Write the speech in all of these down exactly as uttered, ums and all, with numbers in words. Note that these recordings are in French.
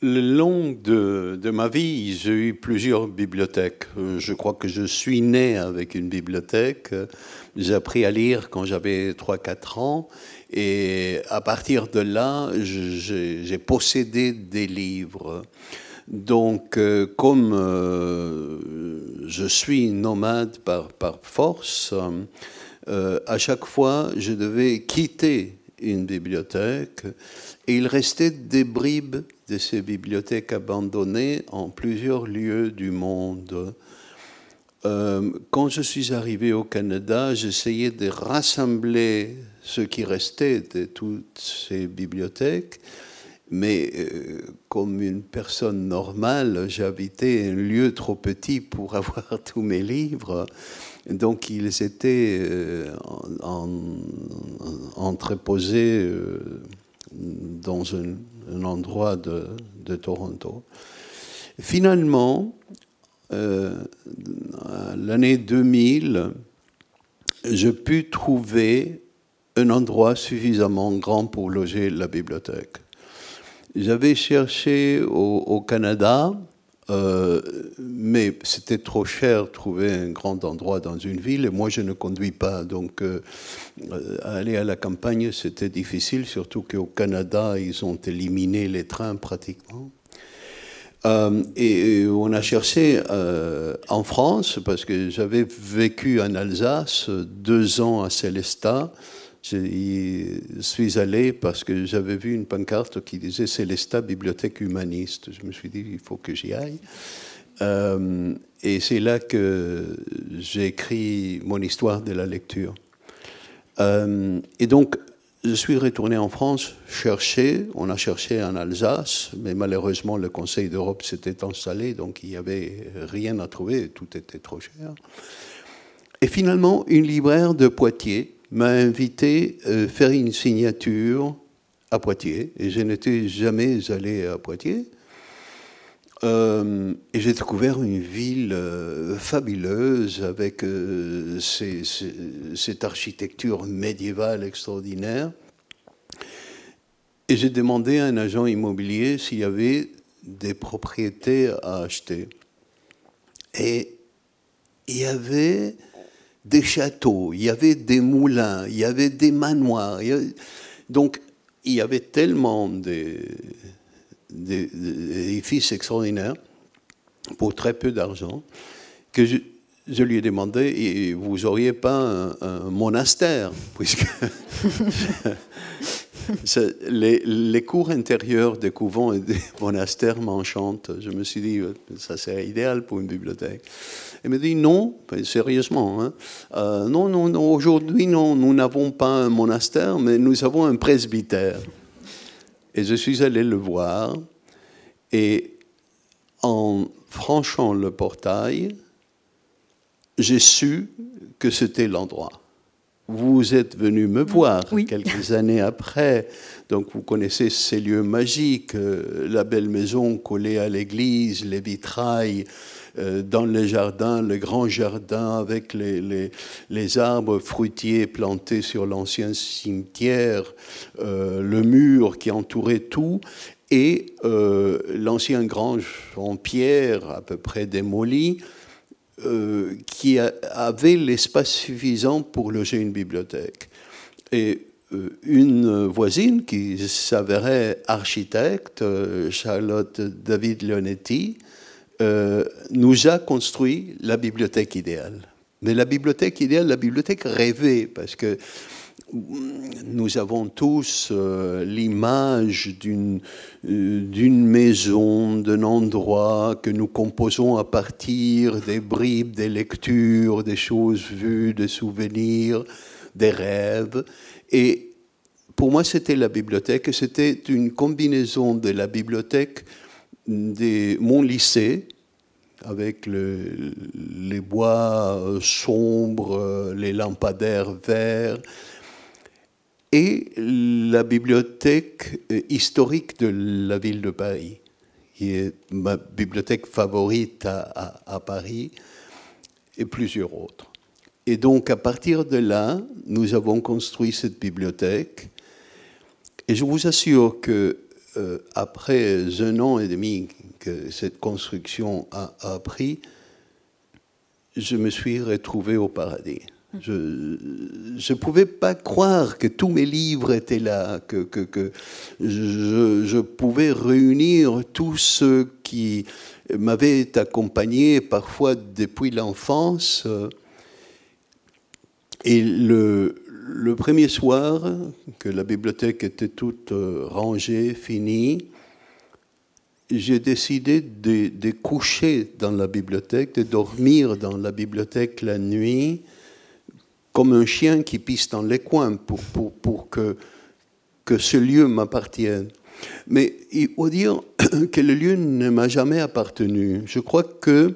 Le long de, de ma vie, j'ai eu plusieurs bibliothèques. Je crois que je suis né avec une bibliothèque. J'ai appris à lire quand j'avais trois quatre ans. Et à partir de là, j'ai, j'ai possédé des livres. Donc, euh, comme euh, je suis nomade par, par force, euh, à chaque fois, je devais quitter une bibliothèque. Et il restait des bribes de ces bibliothèques abandonnées en plusieurs lieux du monde. Euh, quand je suis arrivé au Canada, j'essayais de rassembler ce qui restait de toutes ces bibliothèques, mais euh, comme une personne normale, j'habitais un lieu trop petit pour avoir tous mes livres. Donc ils étaient euh, en, en, entreposés euh, dans un, un endroit de, de Toronto. Finalement, euh, l'année deux mille, j'ai pu trouver un endroit suffisamment grand pour loger la bibliothèque. J'avais cherché au, au Canada, euh, mais c'était trop cher de trouver un grand endroit dans une ville, et moi je ne conduis pas, donc euh, aller à la campagne c'était difficile, surtout qu'au Canada ils ont éliminé les trains pratiquement. Euh, et, et on a cherché euh, en France, parce que j'avais vécu en Alsace deux ans à Sélestat. Je suis allé parce que j'avais vu une pancarte qui disait Sélestat, bibliothèque humaniste. Je me suis dit, il faut que j'y aille. Euh, et c'est là que j'ai écrit mon histoire de la lecture. Euh, et donc, je suis retourné en France chercher. On a cherché en Alsace, mais malheureusement, le Conseil d'Europe s'était installé, donc il n'y avait rien à trouver, tout était trop cher. Et finalement, une libraire de Poitiers m'a invité à faire une signature à Poitiers, et je n'étais jamais allé à Poitiers. Euh, et j'ai découvert une ville euh, fabuleuse avec euh, ces, ces, cette architecture médiévale extraordinaire. Et j'ai demandé à un agent immobilier s'il y avait des propriétés à acheter. Et il y avait des châteaux, il y avait des moulins, il y avait des manoirs. Il y avait... Donc, il y avait tellement des, des, des édifices extraordinaires pour très peu d'argent que je, je lui ai demandé, et vous n'auriez pas un, un monastère, puisque les, les cours intérieurs des couvents et des monastères m'enchantent. Je me suis dit, ça serait idéal pour une bibliothèque. Elle me dit non, sérieusement, hein, euh, non, non, non, aujourd'hui, non, nous n'avons pas un monastère, mais nous avons un presbytère. Et je suis allé le voir, et en franchant le portail, j'ai su que c'était l'endroit. Vous êtes venu me voir oui. quelques années après, donc vous connaissez ces lieux magiques, euh, la belle maison collée à l'église, les vitrailles, euh, dans le jardin, le grand jardin avec les, les, les arbres fruitiers plantés sur l'ancien cimetière, euh, le mur qui entourait tout, et euh, l'ancien grange en pierre à peu près démoli, Euh, qui a, avait l'espace suffisant pour loger une bibliothèque. Et euh, une voisine qui s'avérait architecte, euh, Charlotte David Leonetti, euh, nous a construit la bibliothèque idéale. Mais la bibliothèque idéale, la bibliothèque rêvée, parce que nous avons tous euh, l'image d'une, euh, d'une maison, d'un endroit que nous composons à partir des bribes, des lectures, des choses vues, des souvenirs, des rêves. Et pour moi, c'était la bibliothèque. C'était une combinaison de la bibliothèque de mon lycée, avec le, les bois sombres, les lampadaires verts, et la bibliothèque historique de la ville de Paris, qui est ma bibliothèque favorite à, à, à Paris, et plusieurs autres. Et donc, à partir de là, nous avons construit cette bibliothèque. Et je vous assure que euh, après un an et demi que cette construction a, a pris, je me suis retrouvé au paradis. Je ne pouvais pas croire que tous mes livres étaient là, que, que, que je, je pouvais réunir tous ceux qui m'avaient accompagné parfois depuis l'enfance. Et le, le premier soir, que la bibliothèque était toute rangée, finie, j'ai décidé de, de coucher dans la bibliothèque, de dormir dans la bibliothèque la nuit, comme un chien qui pisse dans les coins pour, pour, pour que, que ce lieu m'appartienne. Mais il faut dire que le lieu ne m'a jamais appartenu. Je crois que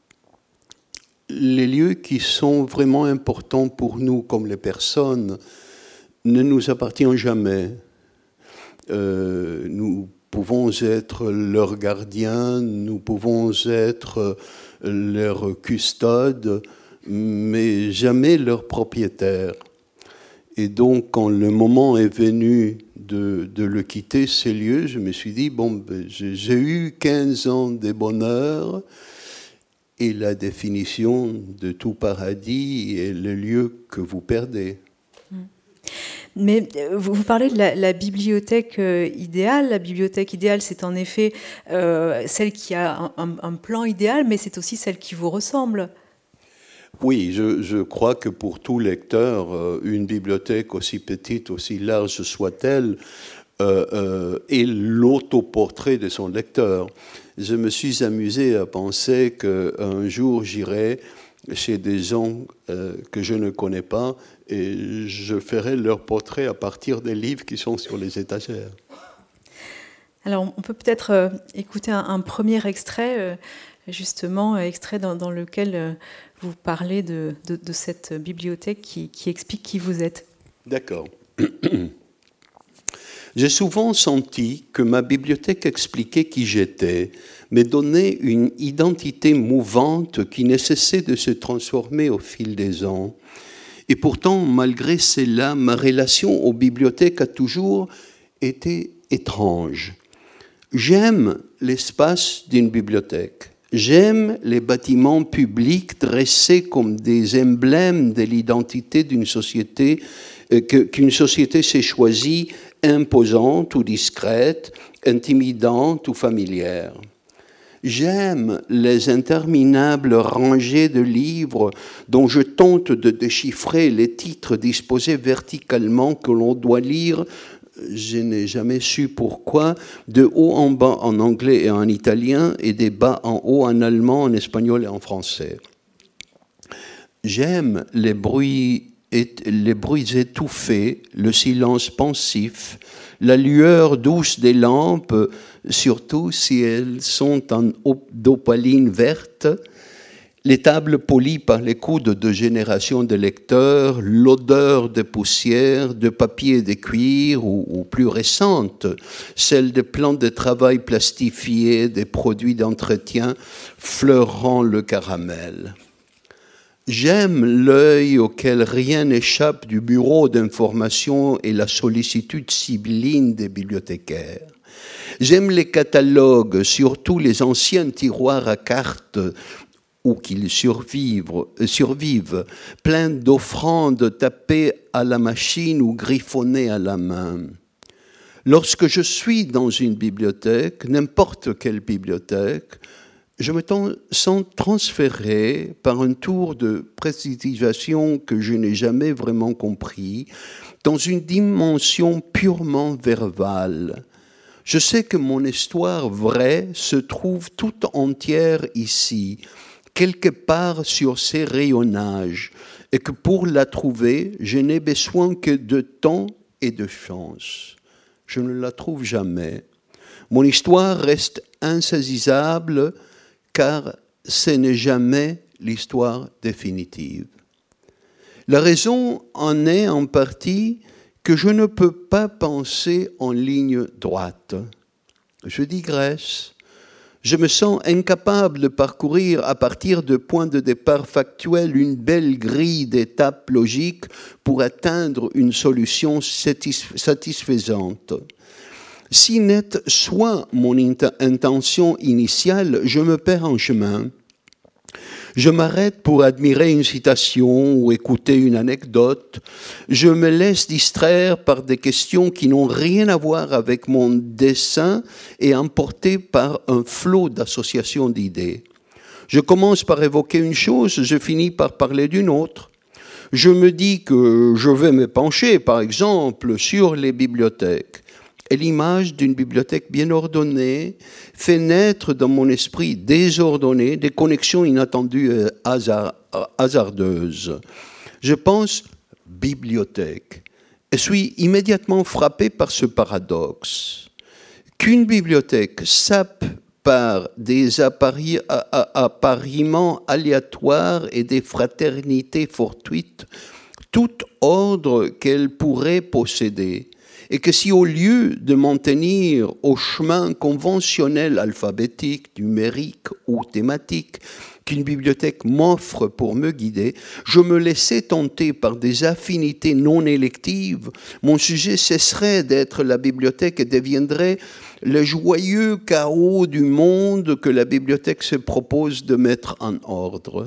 les lieux qui sont vraiment importants pour nous, comme les personnes, ne nous appartiennent jamais. Euh, nous pouvons être leurs gardiens, nous pouvons être leurs custodes, mais jamais leurs propriétaires. Et donc, quand le moment est venu de, de le quitter, ces lieux, je me suis dit, bon, ben, j'ai, j'ai eu quinze ans de bonheur, et la définition de tout paradis est le lieu que vous perdez. Mais vous parlez de la, la bibliothèque idéale. La bibliothèque idéale, c'est en effet euh, celle qui a un, un, un plan idéal, mais c'est aussi celle qui vous ressemble. Oui, je, je crois que pour tout lecteur, une bibliothèque aussi petite, aussi large soit-elle, euh, euh, est l'autoportrait de son lecteur. Je me suis amusé à penser qu'un jour, j'irai chez des gens euh, que je ne connais pas et je ferai leur portrait à partir des livres qui sont sur les étagères. Alors, on peut peut-être euh, écouter un, un premier extrait, euh, justement, extrait dans, dans lequel euh, vous parlez de, de, de cette bibliothèque qui, qui explique qui vous êtes. D'accord. J'ai souvent senti que ma bibliothèque expliquait qui j'étais, me donnait une identité mouvante qui ne cessait de se transformer au fil des ans. Et pourtant, malgré cela, ma relation aux bibliothèques a toujours été étrange. J'aime l'espace d'une bibliothèque. J'aime les bâtiments publics dressés comme des emblèmes de l'identité d'une société, euh, que, qu'une société s'est choisie imposante ou discrète, intimidante ou familière. J'aime les interminables rangées de livres dont je tente de déchiffrer les titres disposés verticalement que l'on doit lire, je n'ai jamais su pourquoi, de haut en bas en anglais et en italien et des bas en haut en allemand, en espagnol et en français. J'aime les bruits les bruits étouffés, le silence pensif, la lueur douce des lampes, surtout si elles sont en opaline verte, les tables polies par les coudes de générations de lecteurs, l'odeur de poussière, de papier de cuir ou, ou plus récente, celle des plans de travail plastifiés, des produits d'entretien fleurant le caramel. J'aime l'œil auquel rien n'échappe du bureau d'information et la sollicitude sibylline des bibliothécaires. J'aime les catalogues, surtout les anciens tiroirs à cartes, ou qu'ils survivent, survivent, pleins d'offrandes tapées à la machine ou griffonnées à la main. Lorsque je suis dans une bibliothèque, n'importe quelle bibliothèque, je me sens transféré par un tour de prestidigitation que je n'ai jamais vraiment compris, dans une dimension purement verbale. Je sais que mon histoire vraie se trouve toute entière ici, quelque part sur ces rayonnages, et que pour la trouver, je n'ai besoin que de temps et de chance. Je ne la trouve jamais. Mon histoire reste insaisissable, car ce n'est jamais l'histoire définitive. La raison en est en partie que je ne peux pas penser en ligne droite. Je digresse. Je me sens incapable de parcourir à partir de points de départ factuels une belle grille d'étapes logiques pour atteindre une solution satisfaisante. Si nette soit mon intention initiale, je me perds en chemin. Je m'arrête pour admirer une citation ou écouter une anecdote. Je me laisse distraire par des questions qui n'ont rien à voir avec mon dessin et emporté par un flot d'associations d'idées. Je commence par évoquer une chose, je finis par parler d'une autre. Je me dis que je vais me pencher, par exemple, sur les bibliothèques. Et l'image d'une bibliothèque bien ordonnée fait naître dans mon esprit désordonné des connexions inattendues et hasard, hasardeuses. Je pense bibliothèque et suis immédiatement frappé par ce paradoxe. Qu'une bibliothèque sape par des appari- appariements aléatoires et des fraternités fortuites tout ordre qu'elle pourrait posséder, et que si au lieu de m'en tenir au chemin conventionnel alphabétique, numérique ou thématique qu'une bibliothèque m'offre pour me guider, je me laissais tenter par des affinités non électives, mon sujet cesserait d'être la bibliothèque et deviendrait le joyeux chaos du monde que la bibliothèque se propose de mettre en ordre.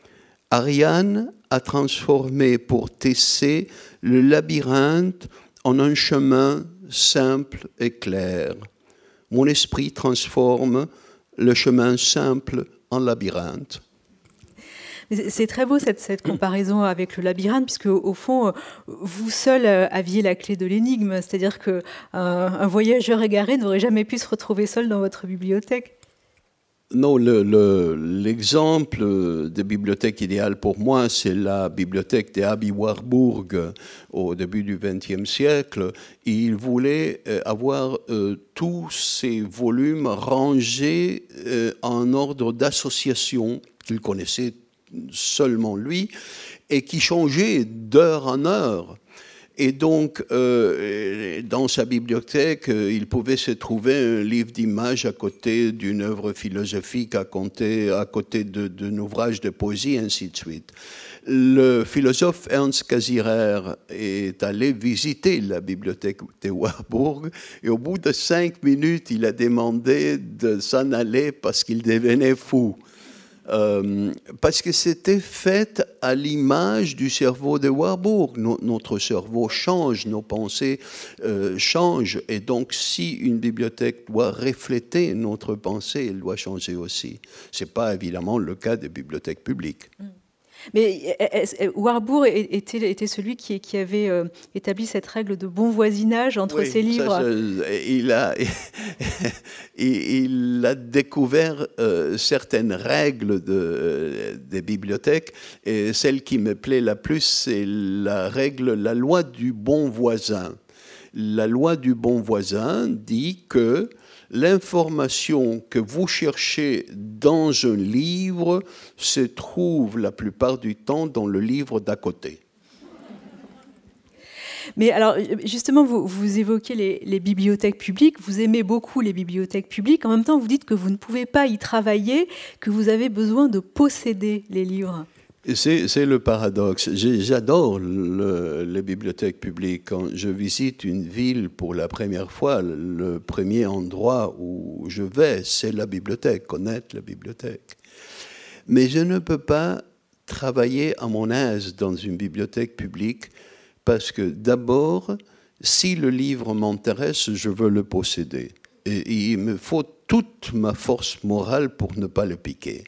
Ariane a transformé pour Tessé le labyrinthe en un chemin simple et clair. Mon esprit transforme le chemin simple en labyrinthe. C'est très beau cette, cette comparaison avec le labyrinthe, puisque au fond, vous seul aviez la clé de l'énigme, c'est-à-dire qu'un un voyageur égaré n'aurait jamais pu se retrouver seul dans votre bibliothèque. Non, le, le, l'exemple de bibliothèque idéale pour moi, c'est la bibliothèque des Abbey Warburg au début du vingtième siècle. Il voulait avoir euh, tous ces volumes rangés euh, en ordre d'association qu'il connaissait seulement lui et qui changeaient d'heure en heure. Et donc, euh, dans sa bibliothèque, euh, il pouvait se trouver un livre d'images à côté d'une œuvre philosophique, à côté, à côté de, d'un ouvrage de poésie, et ainsi de suite. Le philosophe Ernst Cassirer est allé visiter la bibliothèque de Warburg et au bout de cinq minutes, il a demandé de s'en aller parce qu'il devenait fou. Euh, parce que c'était fait à l'image du cerveau de Warburg. No, notre cerveau change, nos pensées euh, changent, et donc si une bibliothèque doit refléter notre pensée, elle doit changer aussi. Ce n'est pas évidemment le cas des bibliothèques publiques. Mm. Mais Warburg était, était celui qui, qui avait euh, établi cette règle de bon voisinage entre oui, ses livres. Ça, je, il, a, il a découvert euh, certaines règles de, des bibliothèques, et celle qui me plaît la plus, c'est la règle, la loi du bon voisin. La loi du bon voisin dit que l'information que vous cherchez dans un livre se trouve la plupart du temps dans le livre d'à côté. Mais alors, justement, vous, vous évoquez les, les bibliothèques publiques, vous aimez beaucoup les bibliothèques publiques, en même temps, vous dites que vous ne pouvez pas y travailler, que vous avez besoin de posséder les livres. C'est, c'est le paradoxe. J'adore le, les bibliothèques publiques. Quand je visite une ville pour la première fois, le premier endroit où je vais, c'est la bibliothèque, connaître la bibliothèque. Mais je ne peux pas travailler à mon aise dans une bibliothèque publique parce que d'abord, si le livre m'intéresse, je veux le posséder. Et il me faut toute ma force morale pour ne pas le piquer.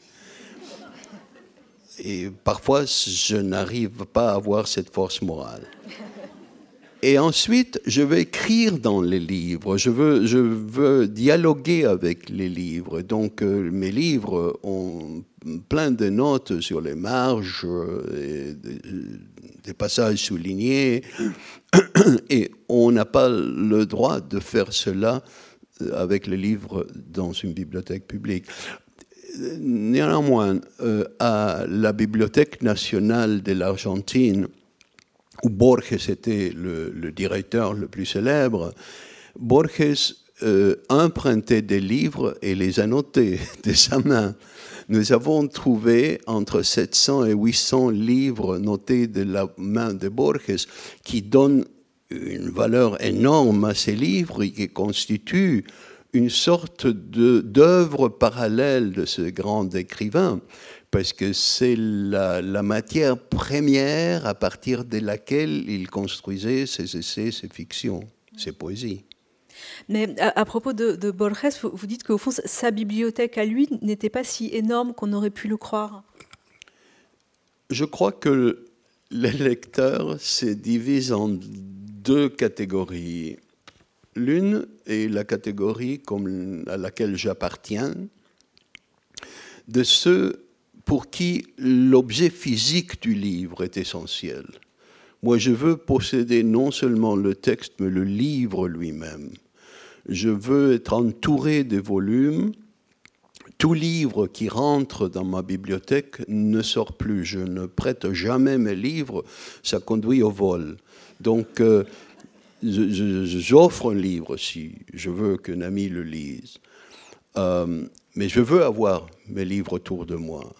Et parfois, je n'arrive pas à avoir cette force morale. Et ensuite, je veux écrire dans les livres, je veux, je veux dialoguer avec les livres. Donc, euh, mes livres ont plein de notes sur les marges, et des passages soulignés, et on n'a pas le droit de faire cela avec les livres dans une bibliothèque publique. Néanmoins, euh, à la Bibliothèque nationale de l'Argentine, où Borges était le, le directeur le plus célèbre, Borges euh, empruntait des livres et les annotait de sa main. Nous avons trouvé entre sept cents et huit cents livres notés de la main de Borges qui donnent une valeur énorme à ces livres et qui constituent une sorte de, d'œuvre parallèle de ce grand écrivain, parce que c'est la, la matière première à partir de laquelle il construisait ses essais, ses fictions, ses poésies. Mais à, à propos de, de Borges, vous, vous dites qu'au fond, sa bibliothèque à lui n'était pas si énorme qu'on aurait pu le croire. Je crois que les lecteurs se divisent en deux catégories. L'une est la catégorie comme à laquelle j'appartiens, de ceux pour qui l'objet physique du livre est essentiel. Moi, je veux posséder non seulement le texte, mais le livre lui-même. Je veux être entouré des volumes. Tout livre qui rentre dans ma bibliothèque ne sort plus. Je ne prête jamais mes livres, ça conduit au vol. Donc, euh, je, je, j'offre un livre si je veux qu'un ami le lise. Euh, mais je veux avoir mes livres autour de moi.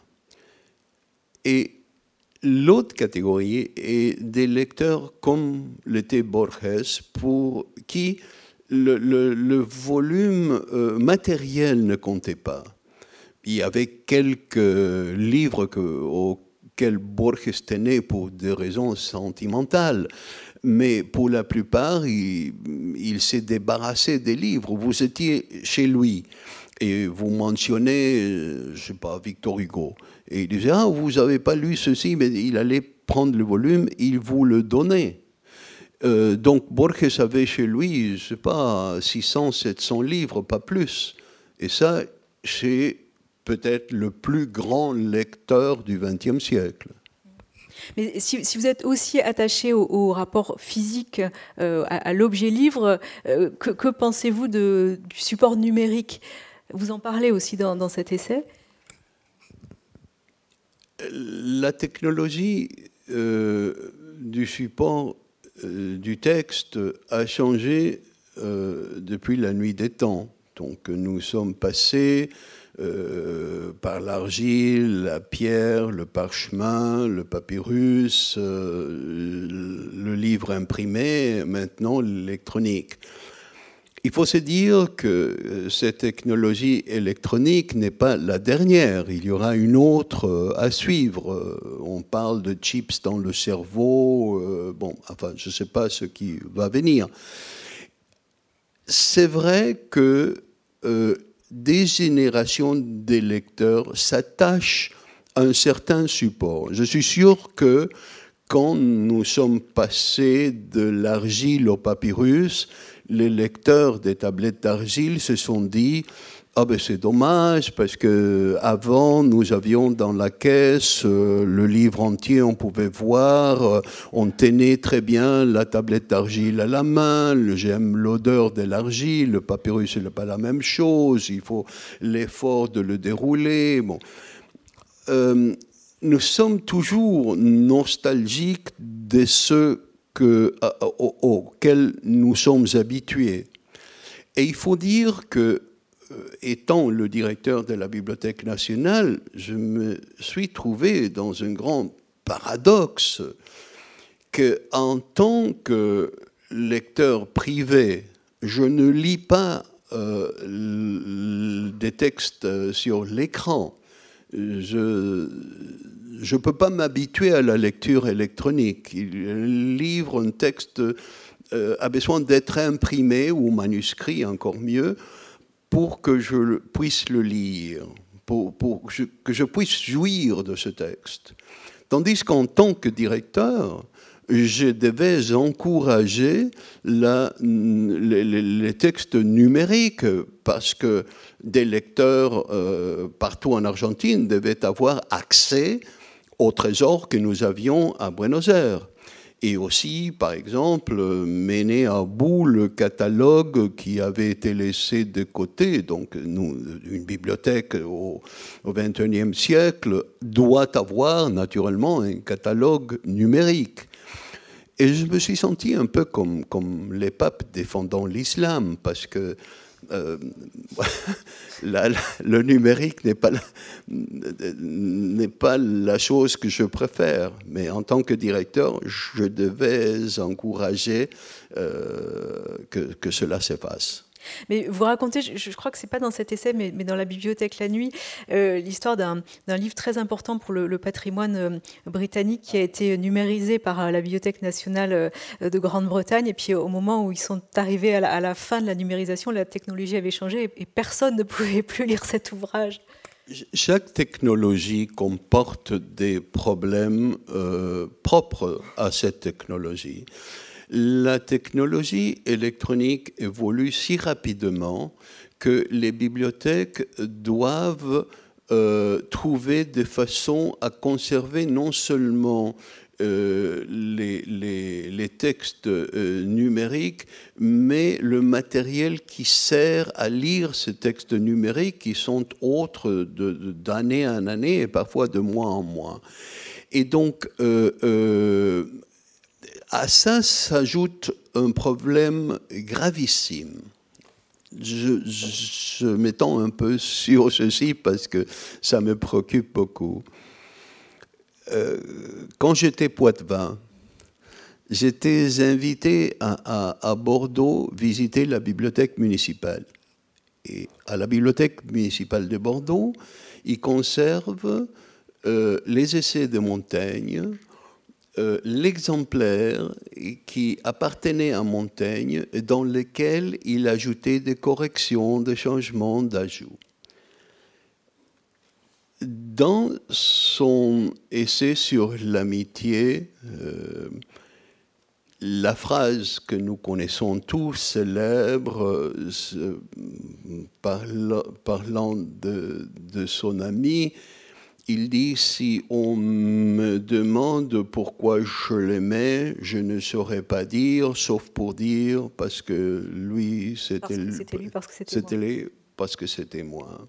Et l'autre catégorie est des lecteurs comme l'était Borges, pour qui le, le, le volume euh, matériel ne comptait pas. Il y avait quelques livres que, auxquels Borges tenait pour des raisons sentimentales, mais pour la plupart, il, il s'est débarrassé des livres. Vous étiez chez lui et vous mentionnez, je ne sais pas, Victor Hugo. Et il disait, ah, vous n'avez pas lu ceci, mais il allait prendre le volume, il vous le donnait. Euh, donc Borges avait chez lui, je ne sais pas, six cents, sept cents livres, pas plus. Et ça, c'est peut-être le plus grand lecteur du vingtième siècle. Mais si, si vous êtes aussi attaché au, au rapport physique, euh, à, à l'objet livre, euh, que, que pensez-vous de, du support numérique ? Vous en parlez aussi dans, dans cet essai ? La technologie euh, du support euh, du texte a changé euh, depuis la nuit des temps. Donc nous sommes passés euh, par l'argile, la pierre, le parchemin, le papyrus, euh, le livre imprimé, maintenant l'électronique. Il faut se dire que cette technologie électronique n'est pas la dernière. Il y aura une autre à suivre. On parle de chips dans le cerveau. Bon, enfin, je ne sais pas ce qui va venir. C'est vrai que euh, des générations de lecteurs s'attachent à un certain support. Je suis sûr que quand nous sommes passés de l'argile au papyrus, les lecteurs des tablettes d'argile se sont dit « Ah ben c'est dommage, parce qu'avant, nous avions dans la caisse euh, le livre entier, on pouvait voir, euh, on tenait très bien la tablette d'argile à la main, le, j'aime l'odeur de l'argile, le papyrus, ce n'est pas la même chose, il faut l'effort de le dérouler. » Bon. Euh, nous sommes toujours nostalgiques de ceux que, au, auxquels nous sommes habitués. Et il faut dire que, étant le directeur de la Bibliothèque nationale, je me suis trouvé dans un grand paradoxe qu'en tant que lecteur privé, je ne lis pas euh, des textes sur l'écran. Je ne peux pas m'habituer à la lecture électronique. Le livre, un texte euh, a besoin d'être imprimé ou manuscrit, encore mieux, pour que je puisse le lire, pour, pour que, je, que je puisse jouir de ce texte. Tandis qu'en tant que directeur, je devais encourager la, les, les textes numériques parce que des lecteurs euh, partout en Argentine devaient avoir accès au trésor que nous avions à Buenos Aires. Et aussi, par exemple, mener à bout le catalogue qui avait été laissé de côté. Donc, nous, une bibliothèque au, au vingt et unième siècle doit avoir naturellement un catalogue numérique. Et je me suis senti un peu comme, comme les papes défendant l'islam, parce que euh, la, la, le numérique n'est pas, la, n'est pas la chose que je préfère, mais en tant que directeur, je devais encourager euh, que, que cela se fasse. Mais vous racontez, je, je crois que c'est pas dans cet essai, mais, mais dans la bibliothèque la nuit, euh, l'histoire d'un, d'un livre très important pour le, le patrimoine euh, britannique qui a été numérisé par euh, la Bibliothèque nationale euh, de Grande-Bretagne. Et puis au moment où ils sont arrivés à la, à la fin de la numérisation, la technologie avait changé et, et personne ne pouvait plus lire cet ouvrage. Chaque technologie comporte des problèmes euh, propres à cette technologie. La technologie électronique évolue si rapidement que les bibliothèques doivent euh, trouver des façons à conserver non seulement euh, les, les, les textes euh, numériques, mais le matériel qui sert à lire ces textes numériques qui sont autres de, de, d'année en année et parfois de mois en mois. Et donc, euh, euh, à ça s'ajoute un problème gravissime. Je, je, je m'étends un peu sur ceci parce que ça me préoccupe beaucoup. Euh, quand j'étais poitevin, j'étais invité à, à, à Bordeaux visiter la bibliothèque municipale. Et à la bibliothèque municipale de Bordeaux, ils conservent euh, les essais de Montaigne, Euh, l'exemplaire qui appartenait à Montaigne et dans lequel il ajoutait des corrections, des changements, d'ajouts. Dans son essai sur l'amitié, euh, la phrase que nous connaissons tous, célèbre, euh, parla, parlant de, de son ami, il dit, si on me demande pourquoi je l'aimais, je ne saurais pas dire, sauf pour dire, parce que lui, c'était, parce que c'était lui, parce que c'était, c'était moi. lui, parce que c'était moi.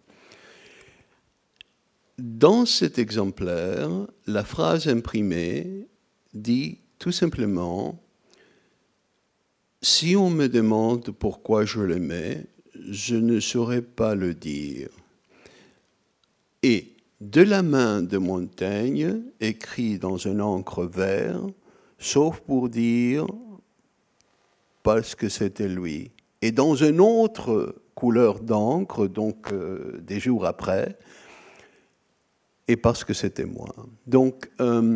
Dans cet exemplaire, la phrase imprimée dit tout simplement, si on me demande pourquoi je l'aimais, je ne saurais pas le dire. Et de la main de Montaigne, écrit dans un encre vert, sauf pour dire parce que c'était lui. Et dans une autre couleur d'encre, donc euh, des jours après, et parce que c'était moi. Donc euh,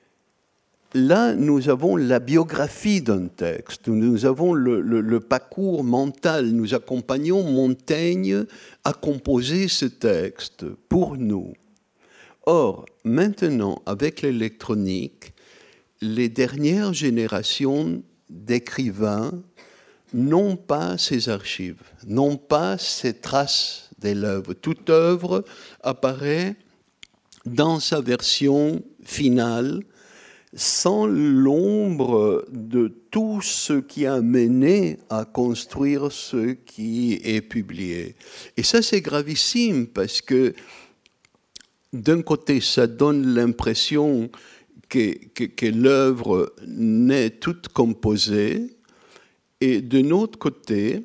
là, nous avons la biographie d'un texte, nous avons le, le, le parcours mental, nous accompagnons Montaigne à composer ce texte pour nous. Or, maintenant, avec l'électronique, les dernières générations d'écrivains n'ont pas ces archives, n'ont pas ces traces de l'œuvre. Toute œuvre apparaît dans sa version finale, sans l'ombre de tout ce qui a mené à construire ce qui est publié. Et ça, c'est gravissime, parce que d'un côté, ça donne l'impression que, que, que l'œuvre n'est toute composée, et d'un autre côté,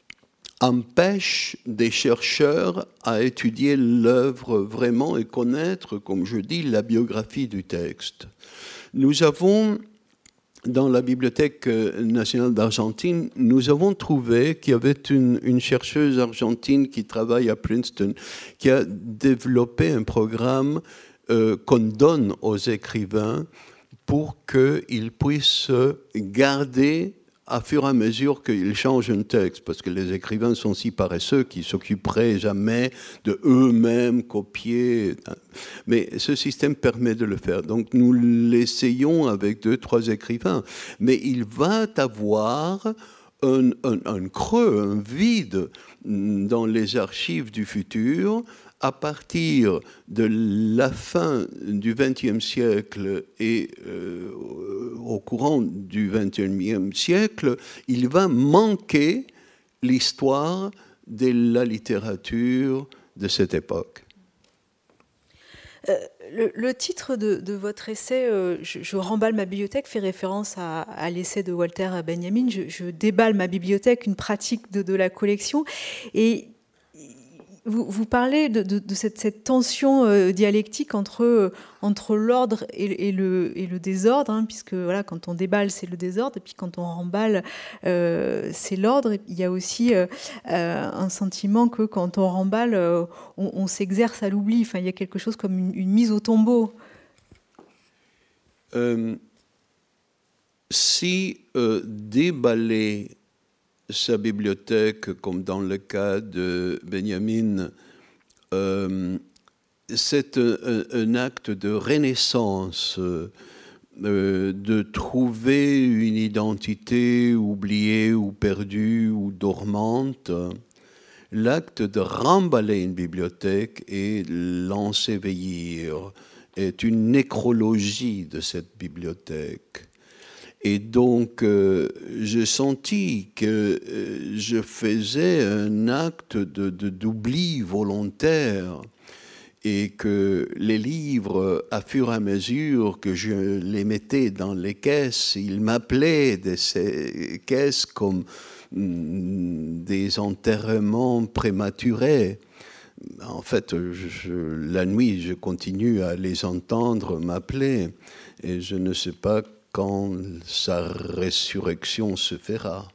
empêche des chercheurs à étudier l'œuvre vraiment et connaître, comme je dis, la biographie du texte. Nous avons, dans la Bibliothèque nationale d'Argentine, nous avons trouvé qu'il y avait une, une chercheuse argentine qui travaille à Princeton, qui a développé un programme euh, qu'on donne aux écrivains pour qu'ils puissent garder à fur et à mesure qu'ils changent un texte, parce que les écrivains sont si paresseux qu'ils ne s'occuperaient jamais de eux-mêmes copier. Mais ce système permet de le faire. Donc nous l'essayons avec deux, trois écrivains. Mais il va avoir un, un, un creux, un vide dans les archives du futur, à partir de la fin du vingtième siècle et euh, au courant du vingt et unième siècle, il va manquer l'histoire de la littérature de cette époque. Euh, le, le titre de, de votre essai, euh, je, je remballe ma bibliothèque, fait référence à, à l'essai de Walter Benjamin. Je, je déballe ma bibliothèque, une pratique de, de la collection. Et vous, vous parlez de, de, de cette, cette tension euh, dialectique entre, euh, entre l'ordre et, et, le, et le désordre, hein, puisque voilà, quand on déballe, c'est le désordre, et puis quand on remballe, euh, c'est l'ordre. Il y a aussi euh, euh, un sentiment que quand on remballe, euh, on, on s'exerce à l'oubli. Enfin, il y a quelque chose comme une, une mise au tombeau. Euh, si euh, déballer sa bibliothèque, comme dans le cas de Benjamin, euh, c'est un, un acte de renaissance, euh, de trouver une identité oubliée ou perdue ou dormante. L'acte de remballer une bibliothèque et l'ensevelir est une nécrologie de cette bibliothèque. Et donc, euh, j'ai senti que euh, je faisais un acte de, de, d'oubli volontaire et que les livres, à fur et à mesure que je les mettais dans les caisses, ils m'appelaient de ces caisses comme mm, des enterrements prématurés. En fait, je, la nuit, je continue à les entendre m'appeler et je ne sais pas quand sa résurrection se fera.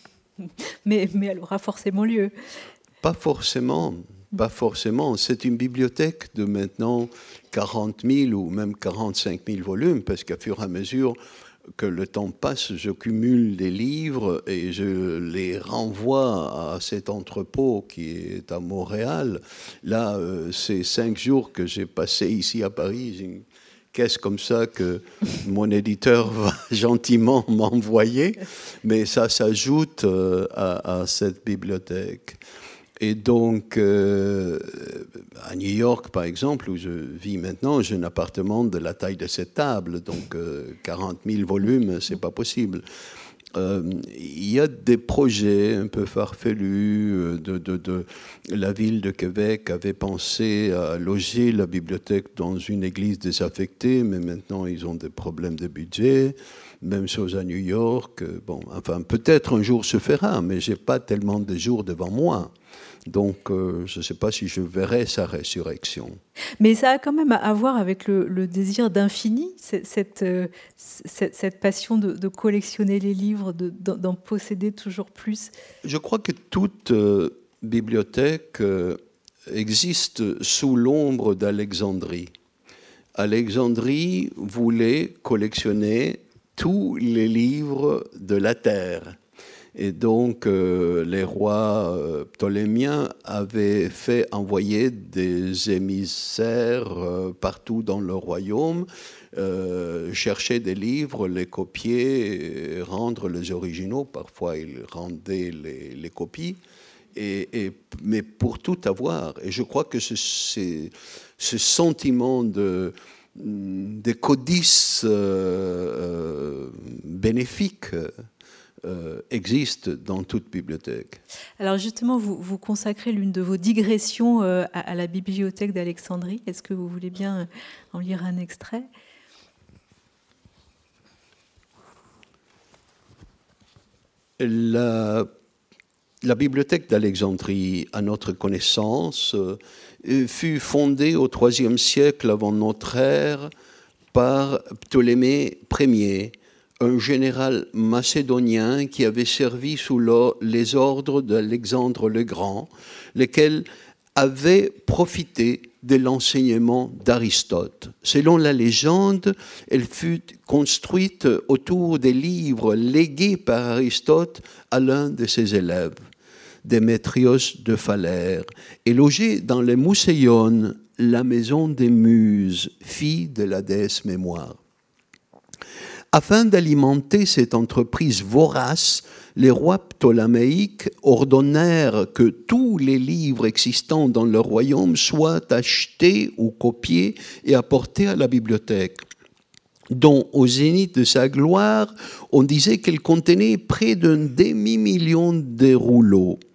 Mais, mais elle aura forcément lieu. Pas forcément, pas forcément. C'est une bibliothèque de maintenant quarante mille ou même quarante-cinq mille volumes, parce qu'à fur et à mesure que le temps passe, je cumule des livres et je les renvoie à cet entrepôt qui est à Montréal. Là, euh, c'est cinq jours que j'ai passé ici à Paris. J'ai une caisse comme ça que mon éditeur va gentiment m'envoyer, mais ça s'ajoute euh, à, à cette bibliothèque. Et donc, euh, à New York, par exemple, où je vis maintenant, j'ai un appartement de la taille de cette table, donc euh, quarante mille volumes, c'est pas possible. Euh, il y a des projets un peu farfelus. De, de, de, la ville de Québec avait pensé à loger la bibliothèque dans une église désaffectée, mais maintenant ils ont des problèmes de budget. Même chose à New York. Bon, enfin, peut-être un jour se fera, mais j'ai pas tellement de jours devant moi. Donc, euh, je ne sais pas si je verrai sa résurrection. Mais ça a quand même à voir avec le, le désir d'infini, cette, euh, cette, cette passion de, de collectionner les livres, de, d'en posséder toujours plus. Je crois que toute euh, bibliothèque euh, existe sous l'ombre d'Alexandrie. Alexandrie voulait collectionner tous les livres de la terre. Et donc, euh, les rois euh, ptolémiens avaient fait envoyer des émissaires euh, partout dans le royaume, euh, chercher des livres, les copier, et rendre les originaux. Parfois, ils rendaient les, les copies, et, et, mais pour tout avoir. Et je crois que ce, ce sentiment de, de codice euh, euh, bénéfique Euh, existe dans toute bibliothèque. Alors justement, vous, vous consacrez l'une de vos digressions euh, à, à la bibliothèque d'Alexandrie. Est-ce que vous voulez bien en lire un extrait ? La, la bibliothèque d'Alexandrie, à notre connaissance, euh, fut fondée au troisième siècle avant notre ère par Ptolémée Ier, un général macédonien qui avait servi sous les ordres d'Alexandre le Grand, lequel avait profité de l'enseignement d'Aristote. Selon la légende, elle fut construite autour des livres légués par Aristote à l'un de ses élèves, Démétrios de Phalère, et logée dans les Mousséion, la maison des Muses, fille de la déesse Mémoire. Afin d'alimenter cette entreprise vorace, les rois ptolémaïques ordonnèrent que tous les livres existants dans leur royaume soient achetés ou copiés et apportés à la bibliothèque, dont au zénith de sa gloire, on disait qu'elle contenait près d'un demi-million de rouleaux.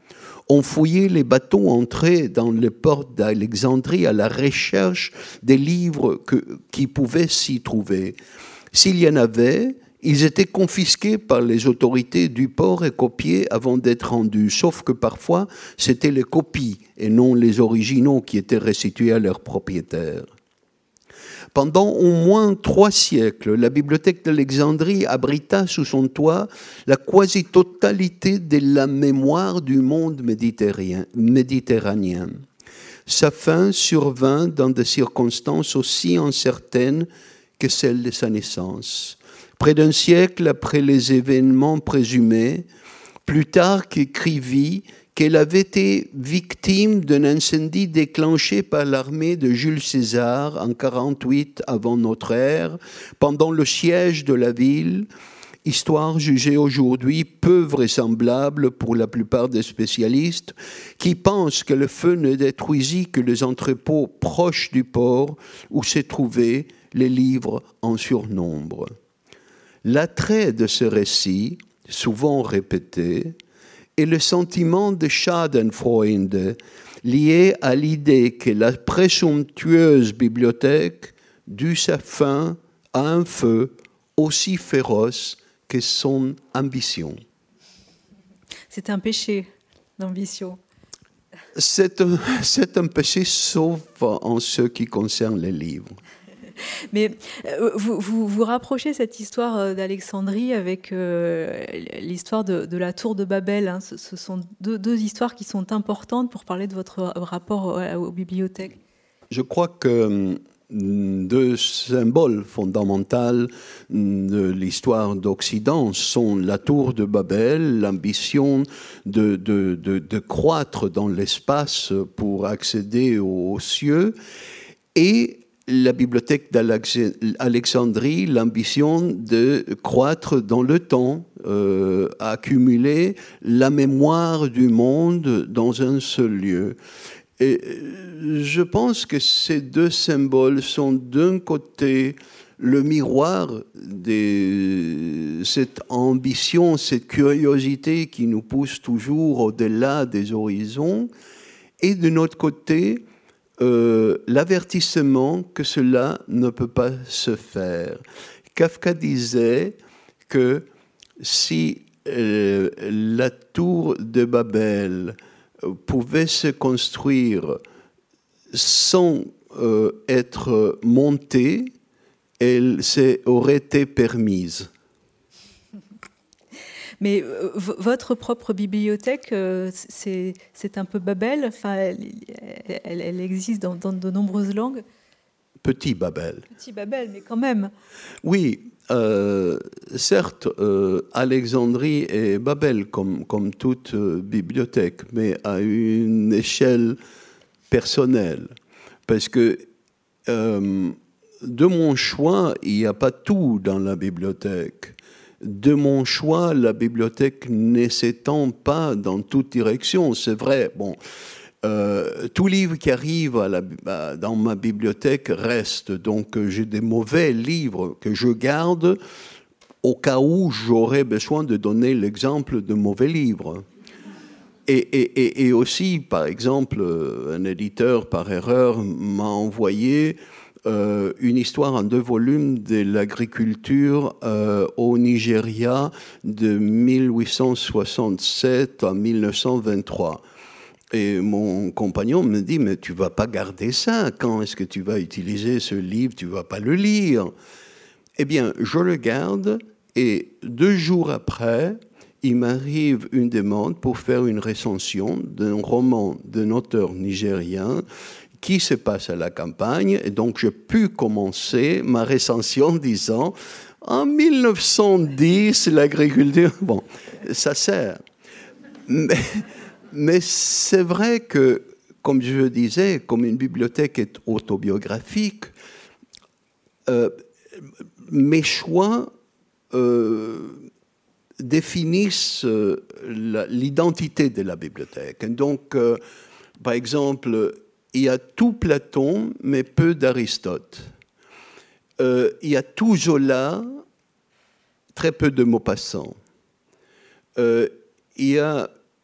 On fouillait les bateaux entrés dans les ports d'Alexandrie à la recherche des livres que, qui pouvaient s'y trouver. S'il y en avait, ils étaient confisqués par les autorités du port et copiés avant d'être rendus, sauf que parfois, c'était les copies et non les originaux qui étaient restitués à leurs propriétaires. Pendant au moins trois siècles, la bibliothèque d'Alexandrie abrita sous son toit la quasi-totalité de la mémoire du monde méditerranéen. Sa fin survint dans des circonstances aussi incertaines que celles de sa naissance. Près d'un siècle après les événements présumés, Plutarque écrivit qu'elle avait été victime d'un incendie déclenché par l'armée de Jules César en quarante-huit avant notre ère, pendant le siège de la ville, histoire jugée aujourd'hui peu vraisemblable pour la plupart des spécialistes, qui pensent que le feu ne détruisit que les entrepôts proches du port où se trouvaient les livres en surnombre. L'attrait de ce récit, souvent répété, est le sentiment de Schadenfreude lié à l'idée que la présomptueuse bibliothèque dut sa fin à un feu aussi féroce que son ambition. C'est un péché, l'ambition. C'est un, c'est un péché, sauf en ce qui concerne les livres. Mais euh, vous, vous vous rapprochez cette histoire d'Alexandrie avec euh, l'histoire de, de la tour de Babel. Hein. Ce, ce sont deux, deux histoires qui sont importantes pour parler de votre rapport aux, aux bibliothèques. Je crois que deux symboles fondamentaux de l'histoire d'Occident sont la tour de Babel, l'ambition de, de, de, de croître dans l'espace pour accéder aux cieux, et la bibliothèque d'Alexandrie, l'ambition de croître dans le temps, euh, accumuler la mémoire du monde dans un seul lieu. Et je pense que ces deux symboles sont d'un côté le miroir de cette ambition, cette curiosité qui nous pousse toujours au-delà des horizons, et de notre côté, Euh, l'avertissement que cela ne peut pas se faire. Kafka disait que si euh, la tour de Babel pouvait se construire sans euh, être montée, elle aurait été permise. Mais euh, votre propre bibliothèque, euh, c'est, c'est un peu Babel, enfin, elle, elle, elle existe dans, dans de nombreuses langues. Petit Babel. Petit Babel, mais quand même. Oui, euh, certes, euh, Alexandrie est Babel, comme, comme toute euh, bibliothèque, mais à une échelle personnelle. Parce que euh, de mon choix, il n'y a pas tout dans la bibliothèque. De mon choix, la bibliothèque ne s'étend pas dans toute direction. C'est vrai, bon, euh, tout livre qui arrive à la, à, dans ma bibliothèque reste. Donc, j'ai des mauvais livres que je garde au cas où j'aurais besoin de donner l'exemple de mauvais livres. Et, et, et, et aussi, par exemple, un éditeur, par erreur, m'a envoyé Euh, une histoire en deux volumes de l'agriculture euh, au Nigeria de mille huit cent soixante-sept à mille neuf cent vingt-trois. Et mon compagnon me dit, mais tu ne vas pas garder ça, quand est-ce que tu vas utiliser ce livre, tu ne vas pas le lire? Eh bien, je le garde, et deux jours après, il m'arrive une demande pour faire une recension d'un roman d'un auteur nigérien qui se passe à la campagne, et donc j'ai pu commencer ma recension en disant « En mille neuf cent dix, l'agriculture... » Bon, ça sert. Mais, mais c'est vrai que, comme je disais, comme une bibliothèque est autobiographique, euh, mes choix euh, définissent euh, la, l'identité de la bibliothèque. Et donc, euh, par exemple, il y a tout Platon, mais peu d'Aristote. Euh, il y a tout Zola, très peu de Maupassant. Euh, il y a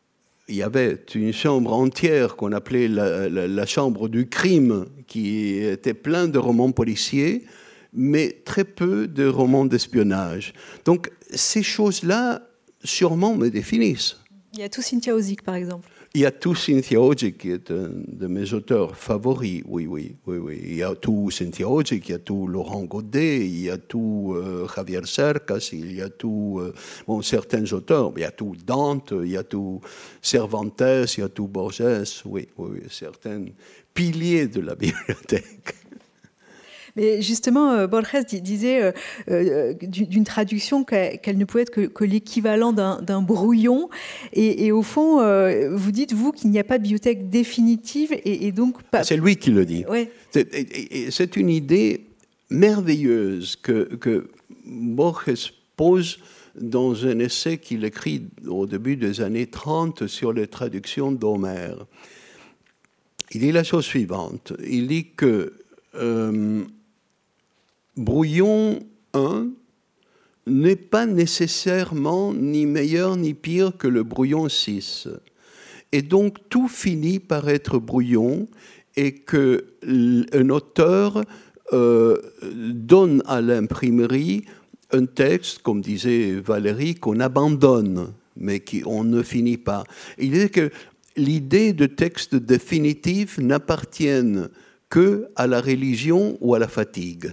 il y avait une chambre entière qu'on appelait la, la, la chambre du crime, qui était plein de romans policiers, mais très peu de romans d'espionnage. Donc, ces choses-là, sûrement, me définissent. Il y a tout Cynthia Ozick, par exemple. Il y a tout Cynthia Ozick, qui est un de mes auteurs favoris, oui, oui, oui, oui. Il y a tout Cynthia Ozick, il y a tout Laurent Godet, il y a tout euh, Javier Cercas, il y a tout, euh, bon, certains auteurs, il y a tout Dante, il y a tout Cervantes, il y a tout Borges, oui, oui, oui, certains piliers de la bibliothèque. Mais justement, euh, Borges disait euh, euh, d'une traduction qu'elle, qu'elle ne pouvait être que, que l'équivalent d'un, d'un brouillon. Et, et au fond, euh, vous dites, vous, qu'il n'y a pas de bibliothèque définitive et, et donc pas... C'est lui qui le dit. Ouais. C'est, et, et c'est une idée merveilleuse que, que Borges pose dans un essai qu'il écrit au début des années trente sur les traductions d'Homère. Il dit la chose suivante. Il dit que euh, Brouillon un n'est pas nécessairement ni meilleur ni pire que le Brouillon six. Et donc tout finit par être brouillon et qu'un auteur euh, donne à l'imprimerie un texte, comme disait Valérie, qu'on abandonne, mais qu'on ne finit pas. Il dit que l'idée de texte définitif n'appartienne que à la religion ou à la fatigue.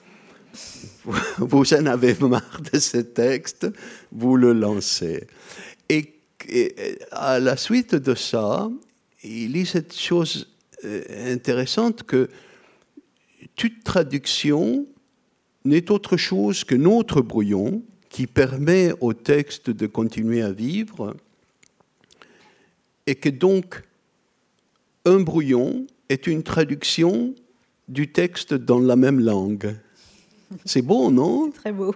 Vous en avez marre de ce texte, vous le lancez. Et, et à la suite de ça, il dit cette chose intéressante que toute traduction n'est autre chose que notre brouillon qui permet au texte de continuer à vivre et que donc un brouillon est une traduction du texte dans la même langue. C'est beau, non ? Très beau.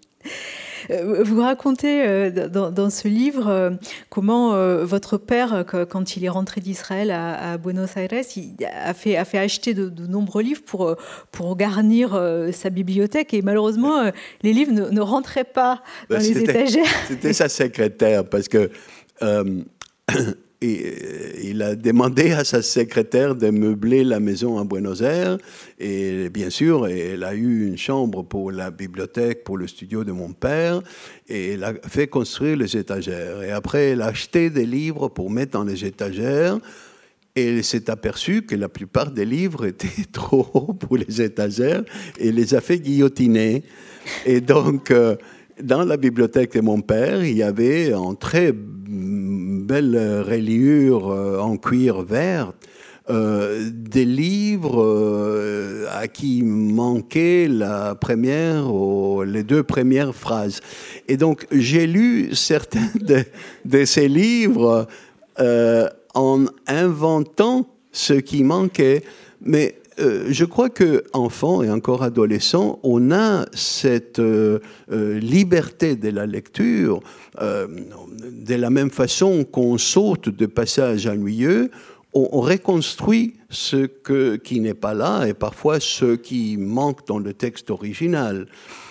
Vous racontez dans, dans ce livre comment votre père, quand il est rentré d'Israël à, à Buenos Aires, il a fait, a fait acheter de, de nombreux livres pour, pour garnir sa bibliothèque. Et malheureusement, les livres ne, ne rentraient pas dans ben, les étagères. C'était sa secrétaire, parce que... Euh, Et il a demandé à sa secrétaire de meubler la maison à Buenos Aires. Et bien sûr, elle a eu une chambre pour la bibliothèque, pour le studio de mon père. Et elle a fait construire les étagères. Et après, elle a acheté des livres pour mettre dans les étagères. Et elle s'est aperçue que la plupart des livres étaient trop hauts pour les étagères. Et elle les a fait guillotiner. Et donc... Euh, Dans la bibliothèque de mon père, il y avait en très belle reliure en cuir vert euh, des livres euh, à qui manquait la première ou les deux premières phrases. Et donc, j'ai lu certains de, de ces livres euh, en inventant ce qui manquait, mais Euh, je crois qu'enfant et encore adolescent, on a cette euh, euh, liberté de la lecture euh, de la même façon qu'on saute de passages ennuyeux, on, on reconstruit ce que, qui n'est pas là et parfois ce qui manque dans le texte original.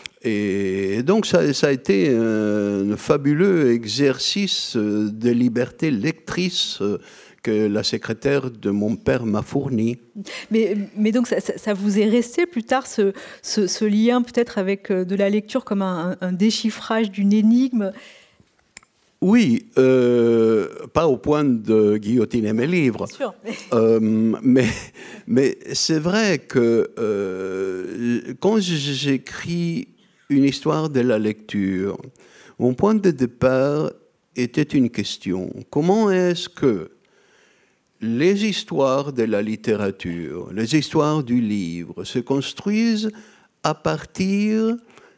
Et donc ça, ça a été un fabuleux exercice de liberté lectrice que la secrétaire de mon père m'a fourni. Mais, mais donc ça, ça, ça vous est resté plus tard ce, ce, ce lien peut-être avec de la lecture comme un, un déchiffrage d'une énigme? Oui, euh, pas au point de guillotiner mes livres. Bien sûr. Euh, mais, mais c'est vrai que euh, quand j'écris une histoire de la lecture, mon point de départ était une question. Comment est-ce que les histoires de la littérature, les histoires du livre se construisent à partir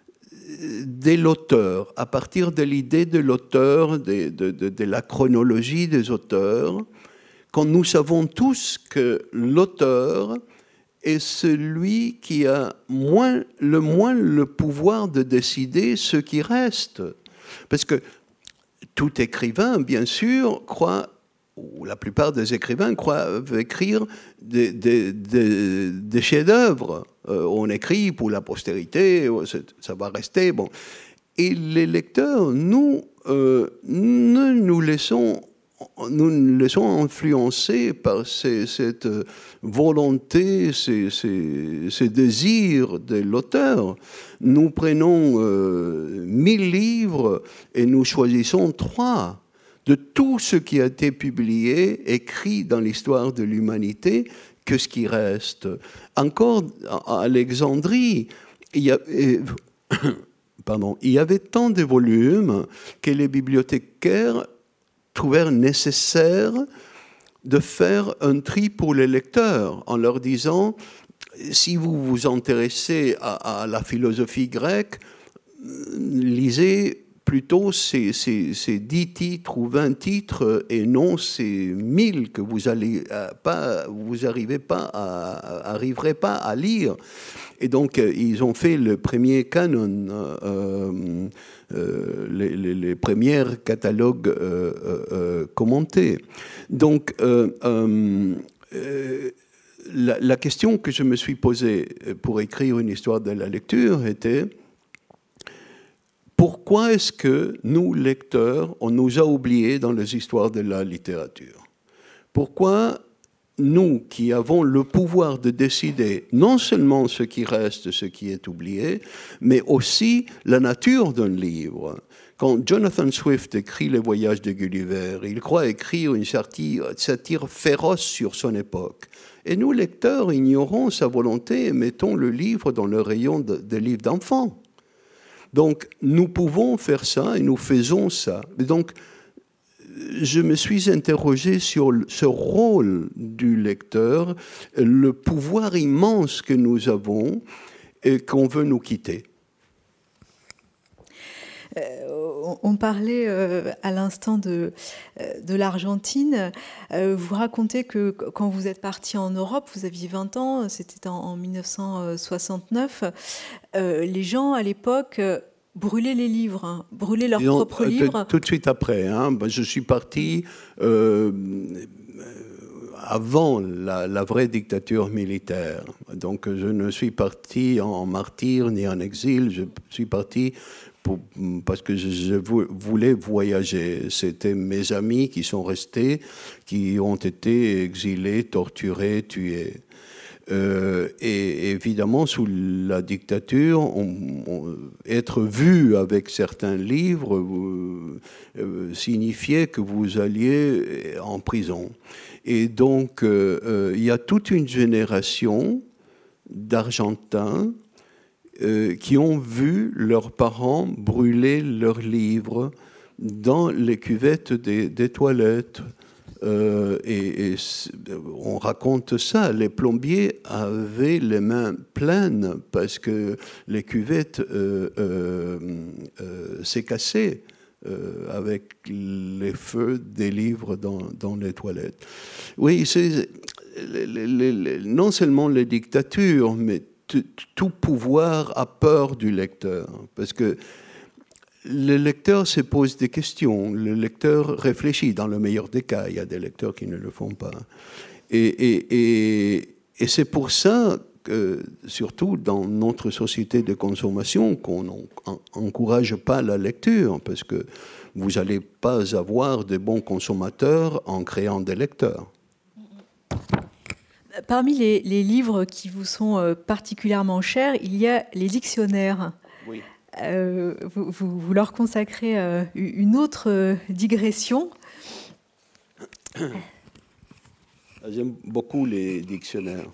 de l'auteur, à partir de l'idée de l'auteur, de, de, de, de la chronologie des auteurs, quand nous savons tous que l'auteur est celui qui a moins, le moins le pouvoir de décider ce qui reste. Parce que tout écrivain, bien sûr, croit, ou la plupart des écrivains croient écrire des, des, des, des chefs-d'œuvre. Euh, on écrit pour la postérité, ça va rester. Bon. Et les lecteurs, nous, euh, ne nous laissons nous nous laissons influencer par ces, cette volonté, ces, ces, ces désirs de l'auteur. Nous prenons euh, mille livres et nous choisissons trois. De tout ce qui a été publié, écrit dans l'histoire de l'humanité, que ce qui reste. Encore à Alexandrie, il y a, pardon, il y avait tant de volumes que les bibliothécaires trouvèrent nécessaire de faire un tri pour les lecteurs en leur disant, si vous vous intéressez à, à la philosophie grecque, lisez plutôt ces, ces, ces dix titres ou vingt titres et non ces mille que vous allez pas, vous arrivez pas à, arriverez pas à lire. Et donc, ils ont fait le premier canon, euh, euh, les, les, les premiers catalogues euh, euh, commentés. Donc, euh, euh, la, la question que je me suis posée pour écrire une histoire de la lecture était: pourquoi est-ce que nous, lecteurs, on nous a oubliés dans les histoires de la littérature? Pourquoi nous, qui avons le pouvoir de décider non seulement ce qui reste, ce qui est oublié, mais aussi la nature d'un livre? Quand Jonathan Swift écrit Les Voyages de Gulliver, il croit écrire une satire, satire féroce sur son époque. Et nous, lecteurs, ignorons sa volonté et mettons le livre dans le rayon de, de livres d'enfants. Donc, nous pouvons faire ça et nous faisons ça. Et donc, je me suis interrogé sur ce rôle du lecteur, le pouvoir immense que nous avons et qu'on veut nous quitter. Euh, on parlait euh, à l'instant de, euh, de l'Argentine. Euh, vous racontez que quand vous êtes parti en Europe, vous aviez vingt ans, c'était en, en mille neuf cent soixante-neuf. Euh, les gens, à l'époque, euh, brûlaient les livres, hein, brûlaient leurs donc, propres livres. Tout de suite après, hein, je suis parti euh, avant la, la vraie dictature militaire. Donc, je ne suis parti en martyr ni en exil, je suis parti Pour, parce que je, je voulais voyager. C'était mes amis qui sont restés, qui ont été exilés, torturés, tués. Euh, et évidemment, sous la dictature, on, on, être vu avec certains livres euh, euh, signifiait que vous alliez en prison. Et donc, euh, euh, il y a toute une génération d'Argentins Euh, qui ont vu leurs parents brûler leurs livres dans les cuvettes des, des toilettes. Euh, et, et on raconte ça, les plombiers avaient les mains pleines parce que les cuvettes euh, euh, euh, s'est cassées euh, avec les feux des livres dans, dans les toilettes. Oui, c'est les, les, les, non seulement les dictatures, mais tout pouvoir a peur du lecteur, parce que le lecteur se pose des questions, le lecteur réfléchit, dans le meilleur des cas, il y a des lecteurs qui ne le font pas. Et, et, et, et c'est pour ça que, surtout dans notre société de consommation, qu'on n'encourage pas la lecture, parce que vous n'allez pas avoir de bons consommateurs en créant des lecteurs. Parmi les, les livres qui vous sont particulièrement chers, il y a les dictionnaires. Oui. Euh, vous, vous, vous leur consacrez euh, une autre digression. J'aime beaucoup les dictionnaires.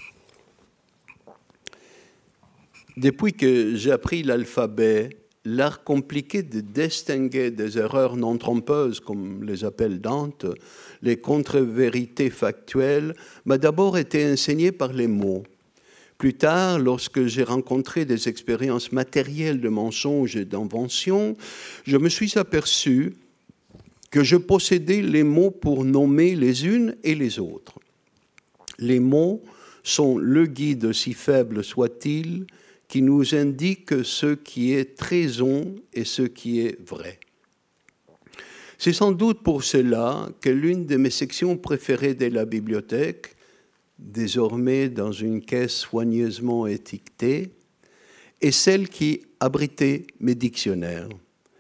Depuis que j'ai appris l'alphabet, l'art compliqué de distinguer des erreurs non trompeuses, comme les appelle Dante, les contre-vérités factuelles, m'a d'abord été enseigné par les mots. Plus tard, lorsque j'ai rencontré des expériences matérielles de mensonges et d'inventions, je me suis aperçu que je possédais les mots pour nommer les unes et les autres. Les mots sont le guide, aussi faible soit-il, qui nous indique ce qui est trahison et ce qui est vrai. C'est sans doute pour cela que l'une de mes sections préférées de la bibliothèque, désormais dans une caisse soigneusement étiquetée, est celle qui abritait mes dictionnaires.